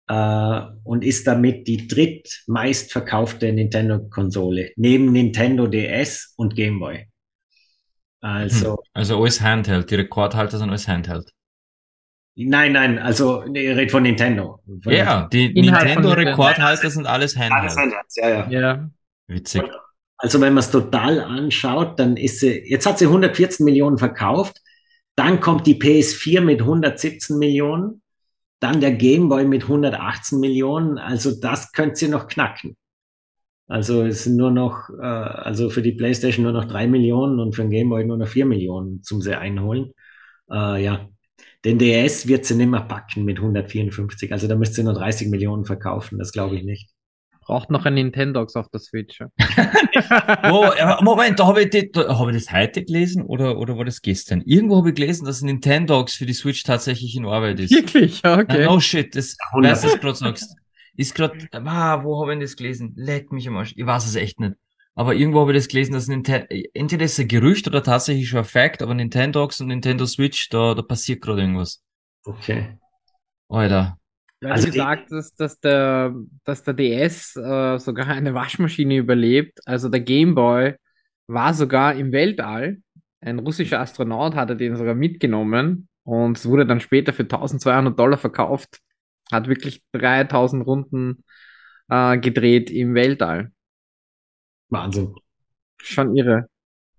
äh, und ist damit die drittmeistverkaufte Nintendo-Konsole, neben Nintendo D S und Game Boy. Also, Hm. Also alles Handheld. Die Rekordhalter sind alles Handheld. nein, nein, also nee, ich rede von Nintendo. Von Ja, die Inhalt von Nintendo-Rekordhalter sind alles Alles Handheld. Handhelds, ja, ja. Ja. Witzig. Also wenn man es total anschaut, dann ist sie, jetzt hat sie hundertvierzehn Millionen verkauft, dann kommt die P S vier mit hundertsiebzehn Millionen, dann der Game Boy mit hundertachtzehn Millionen, also das könnte sie noch knacken. Also es sind nur noch, äh, also für die PlayStation nur noch drei Millionen und für den Game Boy nur noch vier Millionen zum sie einholen. Äh, ja, den D S wird sie nicht mehr packen mit hundertvierundfünfzig, also da müsste sie nur dreißig Millionen verkaufen, das glaube ich nicht. Braucht noch ein Nintendox auf der Switch. Ja. Oh, aber Moment, da habe ich, die, da habe ich das heute gelesen oder, oder war das gestern? Irgendwo habe ich gelesen, dass Nintendox für die Switch tatsächlich in Arbeit ist. Wirklich? Ja, okay. Nein, no shit, das, hundert weißt du, was du gerade sagst. Ist gerade, ah, wo habe ich das gelesen? Leck mich am Arsch. Ich weiß es echt nicht. Aber irgendwo habe ich das gelesen, dass Nintendo, entweder ist es ein Gerücht oder tatsächlich schon ein Fact, aber Nintendox und Nintendo Switch, da, da passiert gerade irgendwas. Okay. Alter. Weil Also du die- gesagt hast, dass der, dass der D S äh, sogar eine Waschmaschine überlebt. Also der Game Boy war sogar im Weltall. Ein russischer Astronaut hatte den sogar mitgenommen und es wurde dann später für eintausendzweihundert Dollar verkauft. Hat wirklich dreitausend Runden äh, gedreht im Weltall. Wahnsinn. Schon irre.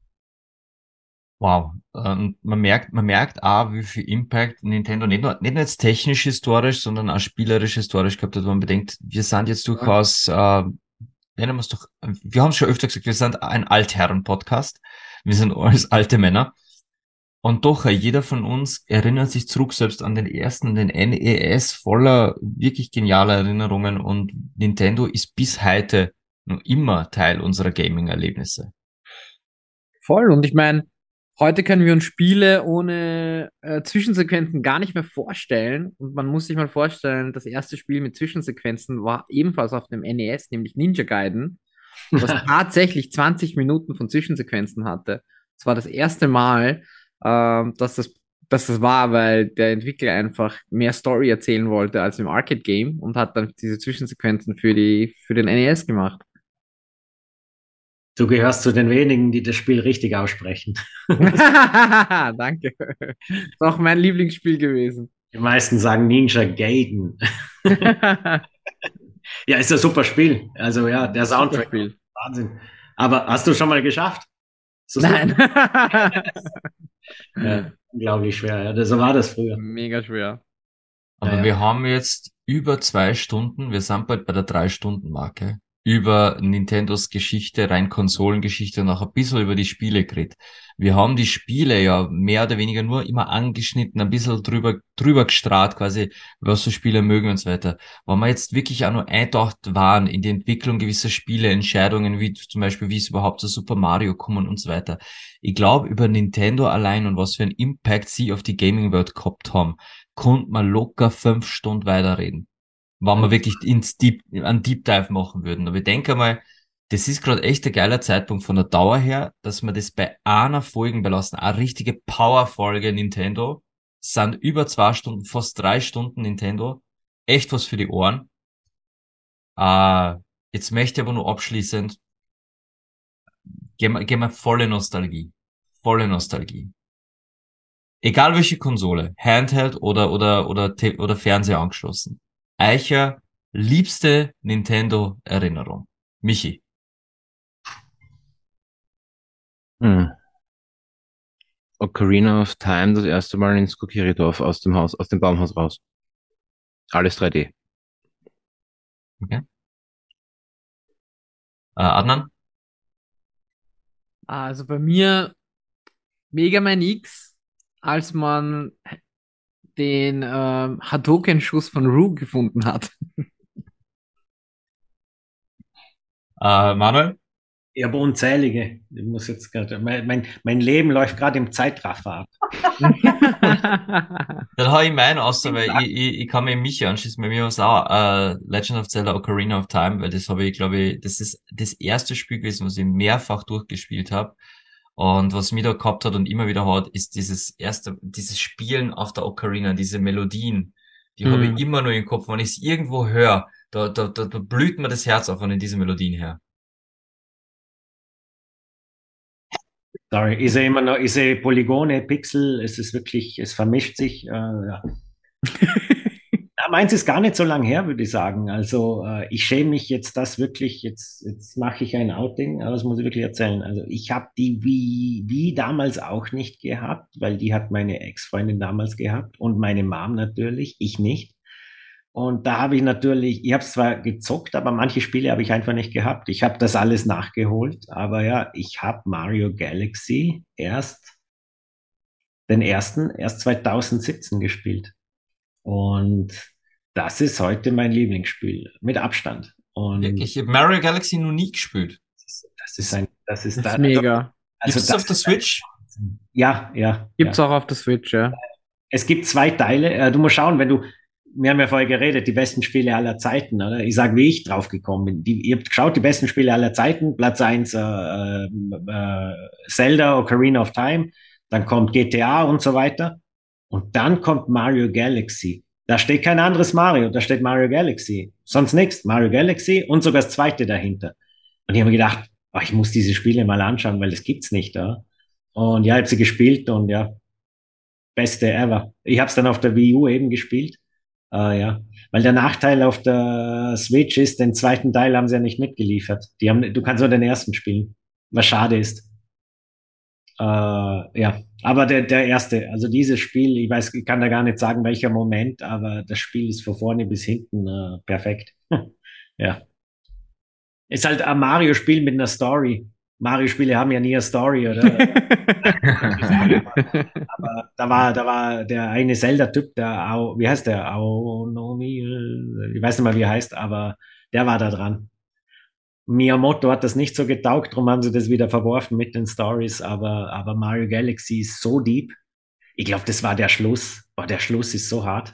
Wow. Und man merkt, man merkt auch, wie viel Impact Nintendo nicht nur, nicht nur jetzt technisch historisch, sondern auch spielerisch historisch gehabt hat, wenn man bedenkt, wir sind jetzt durchaus, äh, nennen wir es doch, wir haben es schon öfter gesagt, wir sind ein Altherren-Podcast. Wir sind alles alte Männer. Und doch, äh, jeder von uns erinnert sich zurück, selbst an den ersten, den N E S, voller wirklich genialer Erinnerungen, und Nintendo ist bis heute noch immer Teil unserer Gaming-Erlebnisse. Voll. Und ich meine, heute können wir uns Spiele ohne äh, Zwischensequenzen gar nicht mehr vorstellen. Und man muss sich mal vorstellen, das erste Spiel mit Zwischensequenzen war ebenfalls auf dem N E S, nämlich Ninja Gaiden, was tatsächlich zwanzig Minuten von Zwischensequenzen hatte. Das war das erste Mal, ähm, dass das, dass das war, weil der Entwickler einfach mehr Story erzählen wollte als im Arcade-Game und hat dann diese Zwischensequenzen für die, für den N E S gemacht. Du gehörst zu den wenigen, die das Spiel richtig aussprechen. Danke. Ist auch mein Lieblingsspiel gewesen. Die meisten sagen Ninja Gaiden. Ja, ist ein super Spiel. Also ja, der Soundtrack, Spiel. Wahnsinn. Aber hast du schon mal geschafft? So Nein. Ja, unglaublich schwer. Ja, so war das früher. Mega schwer. Aber Ja, ja. wir haben jetzt über zwei Stunden, wir sind bald bei der Drei-Stunden-Marke, über Nintendos Geschichte, rein Konsolengeschichte und auch ein bisschen über die Spiele geredet. Wir haben die Spiele ja mehr oder weniger nur immer angeschnitten, ein bisschen drüber, drüber gestrahlt quasi, was so Spiele mögen und so weiter. Wenn wir jetzt wirklich auch nur eintaucht waren in die Entwicklung gewisser Spiele, Entscheidungen, wie zum Beispiel, wie es überhaupt zu Super Mario kommen und so weiter. Ich glaube, über Nintendo allein und was für einen Impact sie auf die Gaming-Welt gehabt haben, konnte man locker fünf Stunden weiterreden, wenn wir wirklich ins Deep, einen Deep Dive machen würden. Aber ich denke mal, das ist gerade echt ein geiler Zeitpunkt von der Dauer her, dass wir das bei einer Folge belassen. Eine richtige Power-Folge Nintendo. Es sind über zwei Stunden, fast drei Stunden Nintendo. Echt was für die Ohren. Äh, jetzt möchte ich aber nur abschließend, gehen wir, gehen wir volle Nostalgie. Volle Nostalgie. Egal welche Konsole, Handheld oder, oder, oder, Te- oder Fernseher angeschlossen. Eicher liebste Nintendo-Erinnerung. Michi. Hm. Ocarina of Time das erste Mal ins Kokiridorf aus dem Haus, aus dem Baumhaus raus. Alles drei D. Okay. Äh, Adnan? Also bei mir Mega Man X, als man den ähm, Hadouken-Schuss von Rue gefunden hat. Äh, Manuel? Ich habe unzählige. Ich muss jetzt gerade, mein, mein, mein Leben läuft gerade im Zeitraffer ab. Dann habe ich meinen außer, weil ich, ich, ich kann mir Michi anschließen. Bei mir war es auch äh, Legend of Zelda Ocarina of Time, weil das habe ich, glaube ich, das ist das erste Spiel gewesen, was ich mehrfach durchgespielt habe. Und was mir da gehabt hat und immer wieder hat, ist dieses erste, dieses Spielen auf der Ocarina, diese Melodien, Die habe Hm. ich immer nur im Kopf. Wenn ich es irgendwo höre, da, da, da, da blüht mir das Herz auf, wenn ich diese Melodien höre. Sorry, ich sehe immer noch, ich sehe Polygone, Pixel, es ist wirklich, es vermischt sich. Äh, ja. Ja, meins ist gar nicht so lang her, würde ich sagen. Also äh, ich schäme mich jetzt das wirklich, jetzt, jetzt mache ich ein Outing, aber das muss ich wirklich erzählen. Also ich habe die wie, wie damals auch nicht gehabt, weil die hat meine Ex-Freundin damals gehabt und meine Mom natürlich, ich nicht. Und da habe ich natürlich, ich habe es zwar gezockt, aber manche Spiele habe ich einfach nicht gehabt. Ich habe das alles nachgeholt, aber ja, ich habe Mario Galaxy erst, den ersten, erst zwanzig siebzehn gespielt. Und das ist heute mein Lieblingsspiel, mit Abstand. Und Wirklich, ich habe Mario Galaxy noch nie gespielt. das ist ein, das ist Das da, ist mega. Gibt also es auf das der ist ein, Switch? ja, ja, Gibt's ja. auch auf der Switch, ja. Es gibt zwei Teile. Äh, Du musst schauen, wenn du, wir haben ja vorher geredet, die besten Spiele aller Zeiten, oder? Ich sage, wie ich drauf gekommen bin. Die, ihr habt geschaut, die besten Spiele aller Zeiten. Platz eins äh, äh, Zelda, Ocarina of Time. Dann kommt G T A und so weiter. Und dann kommt Mario Galaxy. Da steht kein anderes Mario, da steht Mario Galaxy. Sonst nichts. Mario Galaxy und sogar das zweite dahinter. Und ich habe mir gedacht, oh, ich muss diese Spiele mal anschauen, weil das gibt's nicht. Ja? Und ja, ich habe sie gespielt und ja, beste ever. Ich habe es dann auf der Wii U eben gespielt. Äh, ja, weil der Nachteil auf der Switch ist, den zweiten Teil haben sie ja nicht mitgeliefert. Die haben, du kannst nur den ersten spielen, was schade ist. Äh, ja, aber der, der erste, also dieses Spiel, ich weiß, ich kann da gar nicht sagen, welcher Moment, aber das Spiel ist von vorne bis hinten äh, perfekt. Ja. Ist halt ein Mario-Spiel mit einer Story. Mario-Spiele haben ja nie eine Story, oder? Aber da war, da war der eine Zelda-Typ, der, Ao, wie heißt der? Aonomi, ich weiß nicht mal, wie er heißt, aber der war da dran. Miyamoto hat das nicht so getaugt, darum haben sie das wieder verworfen mit den Stories, aber, aber Mario Galaxy ist so deep. Ich glaube, das war der Schluss. Boah, der Schluss ist so hart.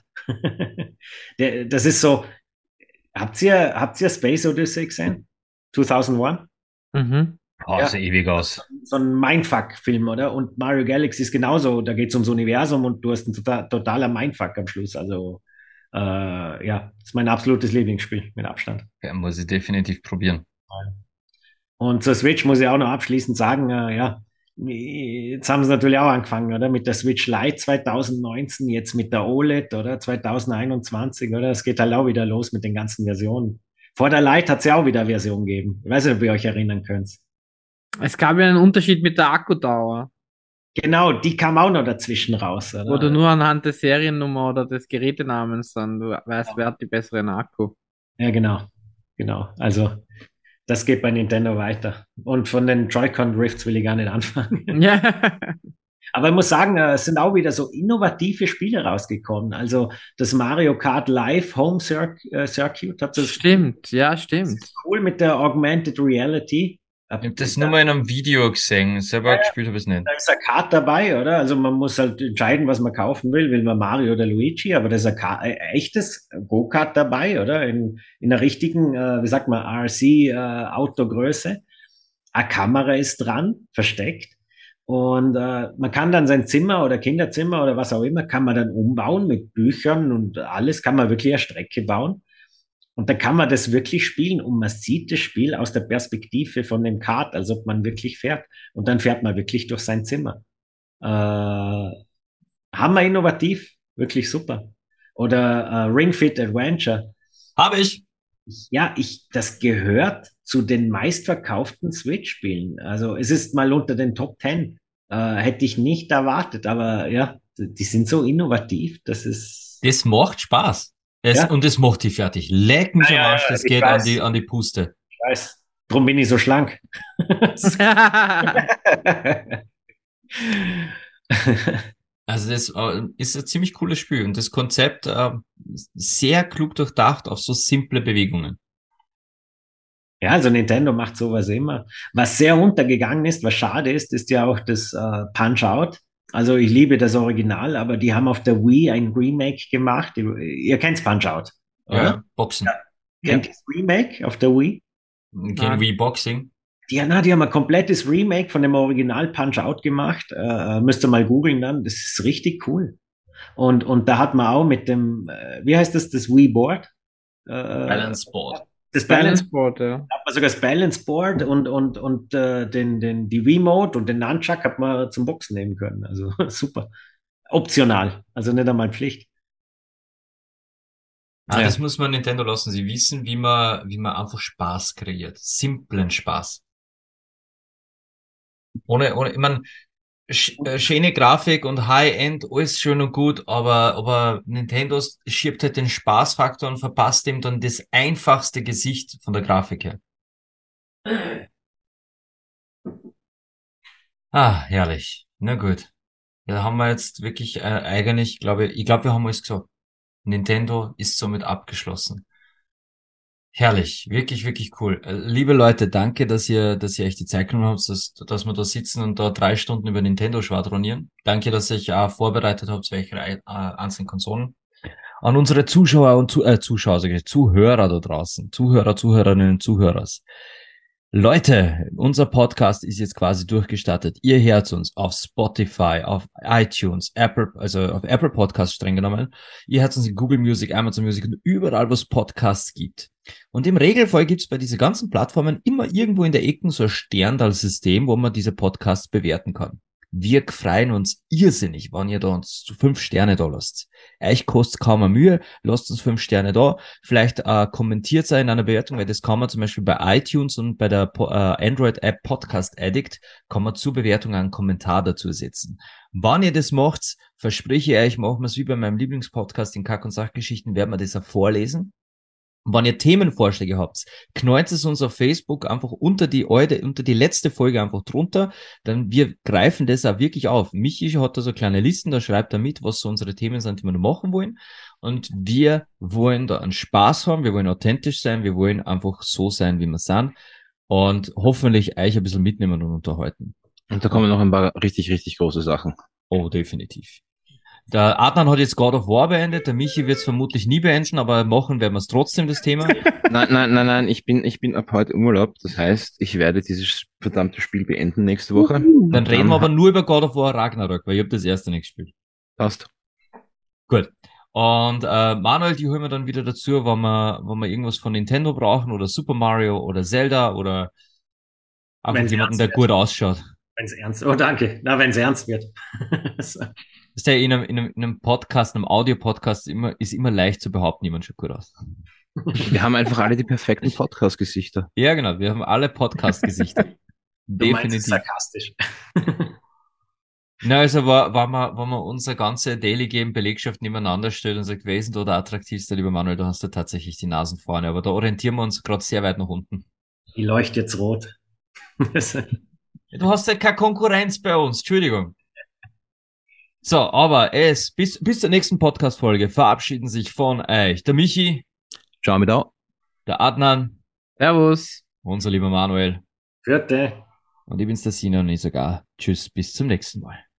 der, das ist so, habt ihr, habt ihr Space Odyssey gesehen? zweitausendeins? Mhm. Oh, Ja. sieht ewig aus. So ein Mindfuck-Film, oder? Und Mario Galaxy ist genauso. Da geht es ums Universum und du hast einen total, totaler Mindfuck am Schluss. Also, äh, ja, das ist mein absolutes Lieblingsspiel mit Abstand. Ja, muss ich definitiv probieren. Und zur Switch muss ich auch noch abschließend sagen, äh, ja, jetzt haben sie natürlich auch angefangen, oder? Mit der Switch Lite zwanzig neunzehn, jetzt mit der OLED, oder? zwanzig einundzwanzig, oder? Es geht halt auch wieder los mit den ganzen Versionen. Vor der Lite hat es ja auch wieder eine Version gegeben. Ich weiß nicht, ob ihr euch erinnern könnt. Es gab ja einen Unterschied mit der Akkudauer, Genau, die kam auch noch dazwischen raus, oder? wo du nur anhand der Seriennummer oder des Gerätenamens dann du weißt, wer hat die besseren Akku. Ja, genau. Genau. Also, das geht bei Nintendo weiter. Und von den Joy-Con Drifts will ich gar nicht anfangen. Ja. Aber ich muss sagen, äh, es sind auch wieder so innovative Spiele rausgekommen. Also das Mario Kart Live Home Cir äh, Circuit, habt ihr das Stimmt, ja, stimmt. cool mit der Augmented Reality? Ich habe das nur mal in einem Video gesehen. Selber Ja, gespielt habe ich es nicht. Da ist ein Kart dabei, oder? Also man muss halt entscheiden, was man kaufen will. Will man Mario oder Luigi? Aber da ist ein, Ka ein echtes Go-Kart dabei, oder? In, in einer richtigen, äh, wie sagt man, R C-Autogröße. Eine Kamera ist dran, versteckt. Und äh, man kann dann sein Zimmer oder Kinderzimmer oder was auch immer, kann man dann umbauen mit Büchern und alles, kann man wirklich eine Strecke bauen. Und dann kann man das wirklich spielen und man sieht das Spiel aus der Perspektive von dem Kart, als ob man wirklich fährt. Und dann fährt man wirklich durch sein Zimmer. Äh, hammer innovativ, wirklich super. Oder äh, Ring Fit Adventure. Habe ich. Ja, ich, das gehört zu den meistverkauften Switch-Spielen. Also es ist mal unter den Top Ten. Äh, hätte ich nicht erwartet, aber ja, die sind so innovativ, das ist. Das macht Spaß. Es, Ja. Und das macht die fertig. Leck mich Ja, am ja, Arsch, ja, das ich geht an weiß. die, an die Puste. Ich weiß. Drum bin ich so schlank. Also das äh, ist ein ziemlich cooles Spiel und das Konzept äh, ist sehr klug durchdacht auf so simple Bewegungen. Ja, also Nintendo macht sowas immer. Was sehr untergegangen ist, was schade ist, ist ja auch das äh, Punch-Out. Also ich liebe das Original, aber die haben auf der Wii ein Remake gemacht. Ihr, ihr kennt Punch-Out, oder? Ja, Boxen. Kennt ihr das Remake auf der Wii? Kein Wii Boxing. Die, na, die haben ein komplettes Remake von dem Original Punch-Out gemacht. Äh, müsst ihr mal googeln dann. Das ist richtig cool. Und, und da hat man auch mit dem, äh, wie heißt das, das Wii Board? Äh, Balance Board. Das Balance Balance, Board, ja. hat man sogar das Balance Board und, und, und äh, den, den, die Wiimote und den Nunchuck hat man zum Boxen nehmen können. Also super. Optional, also nicht einmal Pflicht. Ah, Ja. das muss man Nintendo lassen. Sie wissen, wie man, wie man einfach Spaß kreiert. Simplen Spaß. Ohne, ohne, ich meine, sch, äh, schöne Grafik und High-End, alles schön und gut, aber, aber Nintendo schiebt halt den Spaßfaktor und verpasst ihm dann das einfachste Gesicht von der Grafik her. Ah, herrlich. Na gut. Ja, haben wir jetzt wirklich äh, eigentlich, glaube ich, ich glaube, wir haben alles gesagt. Nintendo ist somit abgeschlossen. Herrlich, wirklich, wirklich cool. Äh, Liebe Leute, danke, dass ihr, dass ihr euch die Zeit genommen habt, dass, dass wir da sitzen und da drei Stunden über Nintendo schwadronieren. Danke, dass ihr euch auch vorbereitet habt, welche äh, einzelnen Konsolen. An unsere Zuschauer und zu, äh, Zuschauer, sag ich, Zuhörer da draußen, Zuhörer, Zuhörerinnen, Zuhörers. Leute, unser Podcast ist jetzt quasi durchgestartet. Ihr hört uns auf Spotify, auf iTunes, Apple, also auf Apple Podcasts streng genommen. Ihr hört uns in Google Music, Amazon Music und überall, wo es Podcasts gibt. Und im Regelfall gibt es bei diesen ganzen Plattformen immer irgendwo in der Ecke so ein Sterndal-System, wo man diese Podcasts bewerten kann. Wir freuen uns irrsinnig, wenn ihr da uns fünf Sterne da lasst. Euch kostet kaum eine Mühe, lasst uns fünf Sterne da. Vielleicht äh, kommentiert in einer Bewertung, weil das kann man zum Beispiel bei iTunes und bei der äh, Android-App Podcast Addict, kann man zur Bewertung einen Kommentar dazu setzen. Wann ihr das macht, verspreche ich euch, machen wir es wie bei meinem Lieblingspodcast in Kack- und Sachgeschichten, werden wir das auch vorlesen. Und wenn ihr Themenvorschläge habt, knallt es uns auf Facebook einfach unter die alte, unter die letzte Folge einfach drunter, dann wir greifen das auch wirklich auf. Michi hat da so kleine Listen, da schreibt er mit, was so unsere Themen sind, die wir noch machen wollen. Und wir wollen da einen Spaß haben, wir wollen authentisch sein, wir wollen einfach so sein, wie wir sind. Und hoffentlich euch ein bisschen mitnehmen und unterhalten. Und da kommen noch ein paar richtig, richtig große Sachen. Oh, definitiv. Der Adnan hat jetzt God of War beendet, der Michi wird es vermutlich nie beenden, aber machen werden wir es trotzdem, das Thema. Nein, nein, nein, nein, ich bin, ich bin ab heute im Urlaub. Das heißt, ich werde dieses verdammte Spiel beenden nächste Woche. Dann reden wir aber nur über God of War Ragnarök, weil ich habe das erste nicht gespielt. Passt. Gut. Und äh, Manuel, die holen wir dann wieder dazu, wenn wir, wenn wir irgendwas von Nintendo brauchen oder Super Mario oder Zelda oder einfach Wenn's jemanden, ernst der wird. gut ausschaut. Wenn es ernst, oh danke, na, wenn es ernst wird. So. Das ist ja in einem, in einem, in einem Podcast, einem Audio-Podcast immer, ist immer leicht zu behaupten, jemand schaut gut aus. Wir haben einfach alle die perfekten Podcast-Gesichter. Ja, genau, wir haben alle Podcast-Gesichter. Du meinst es Definitiv. sarkastisch. Na, also, war, war man, wenn man unsere ganze Daily Game Belegschaft nebeneinander stellt und sagt, wer ist denn da der attraktivste, lieber Manuel, da hast du tatsächlich die Nasen vorne. Aber da orientieren wir uns gerade sehr weit nach unten. Ich leuchte jetzt rot. Du hast ja keine Konkurrenz bei uns, Entschuldigung. So, aber es, bis, bis zur nächsten Podcast-Folge verabschieden sich von euch der Michi, Ciao mit au. der Adnan, Servus. unser lieber Manuel Vierte. und ich bin's der Sina und ich sogar tschüss, bis zum nächsten Mal.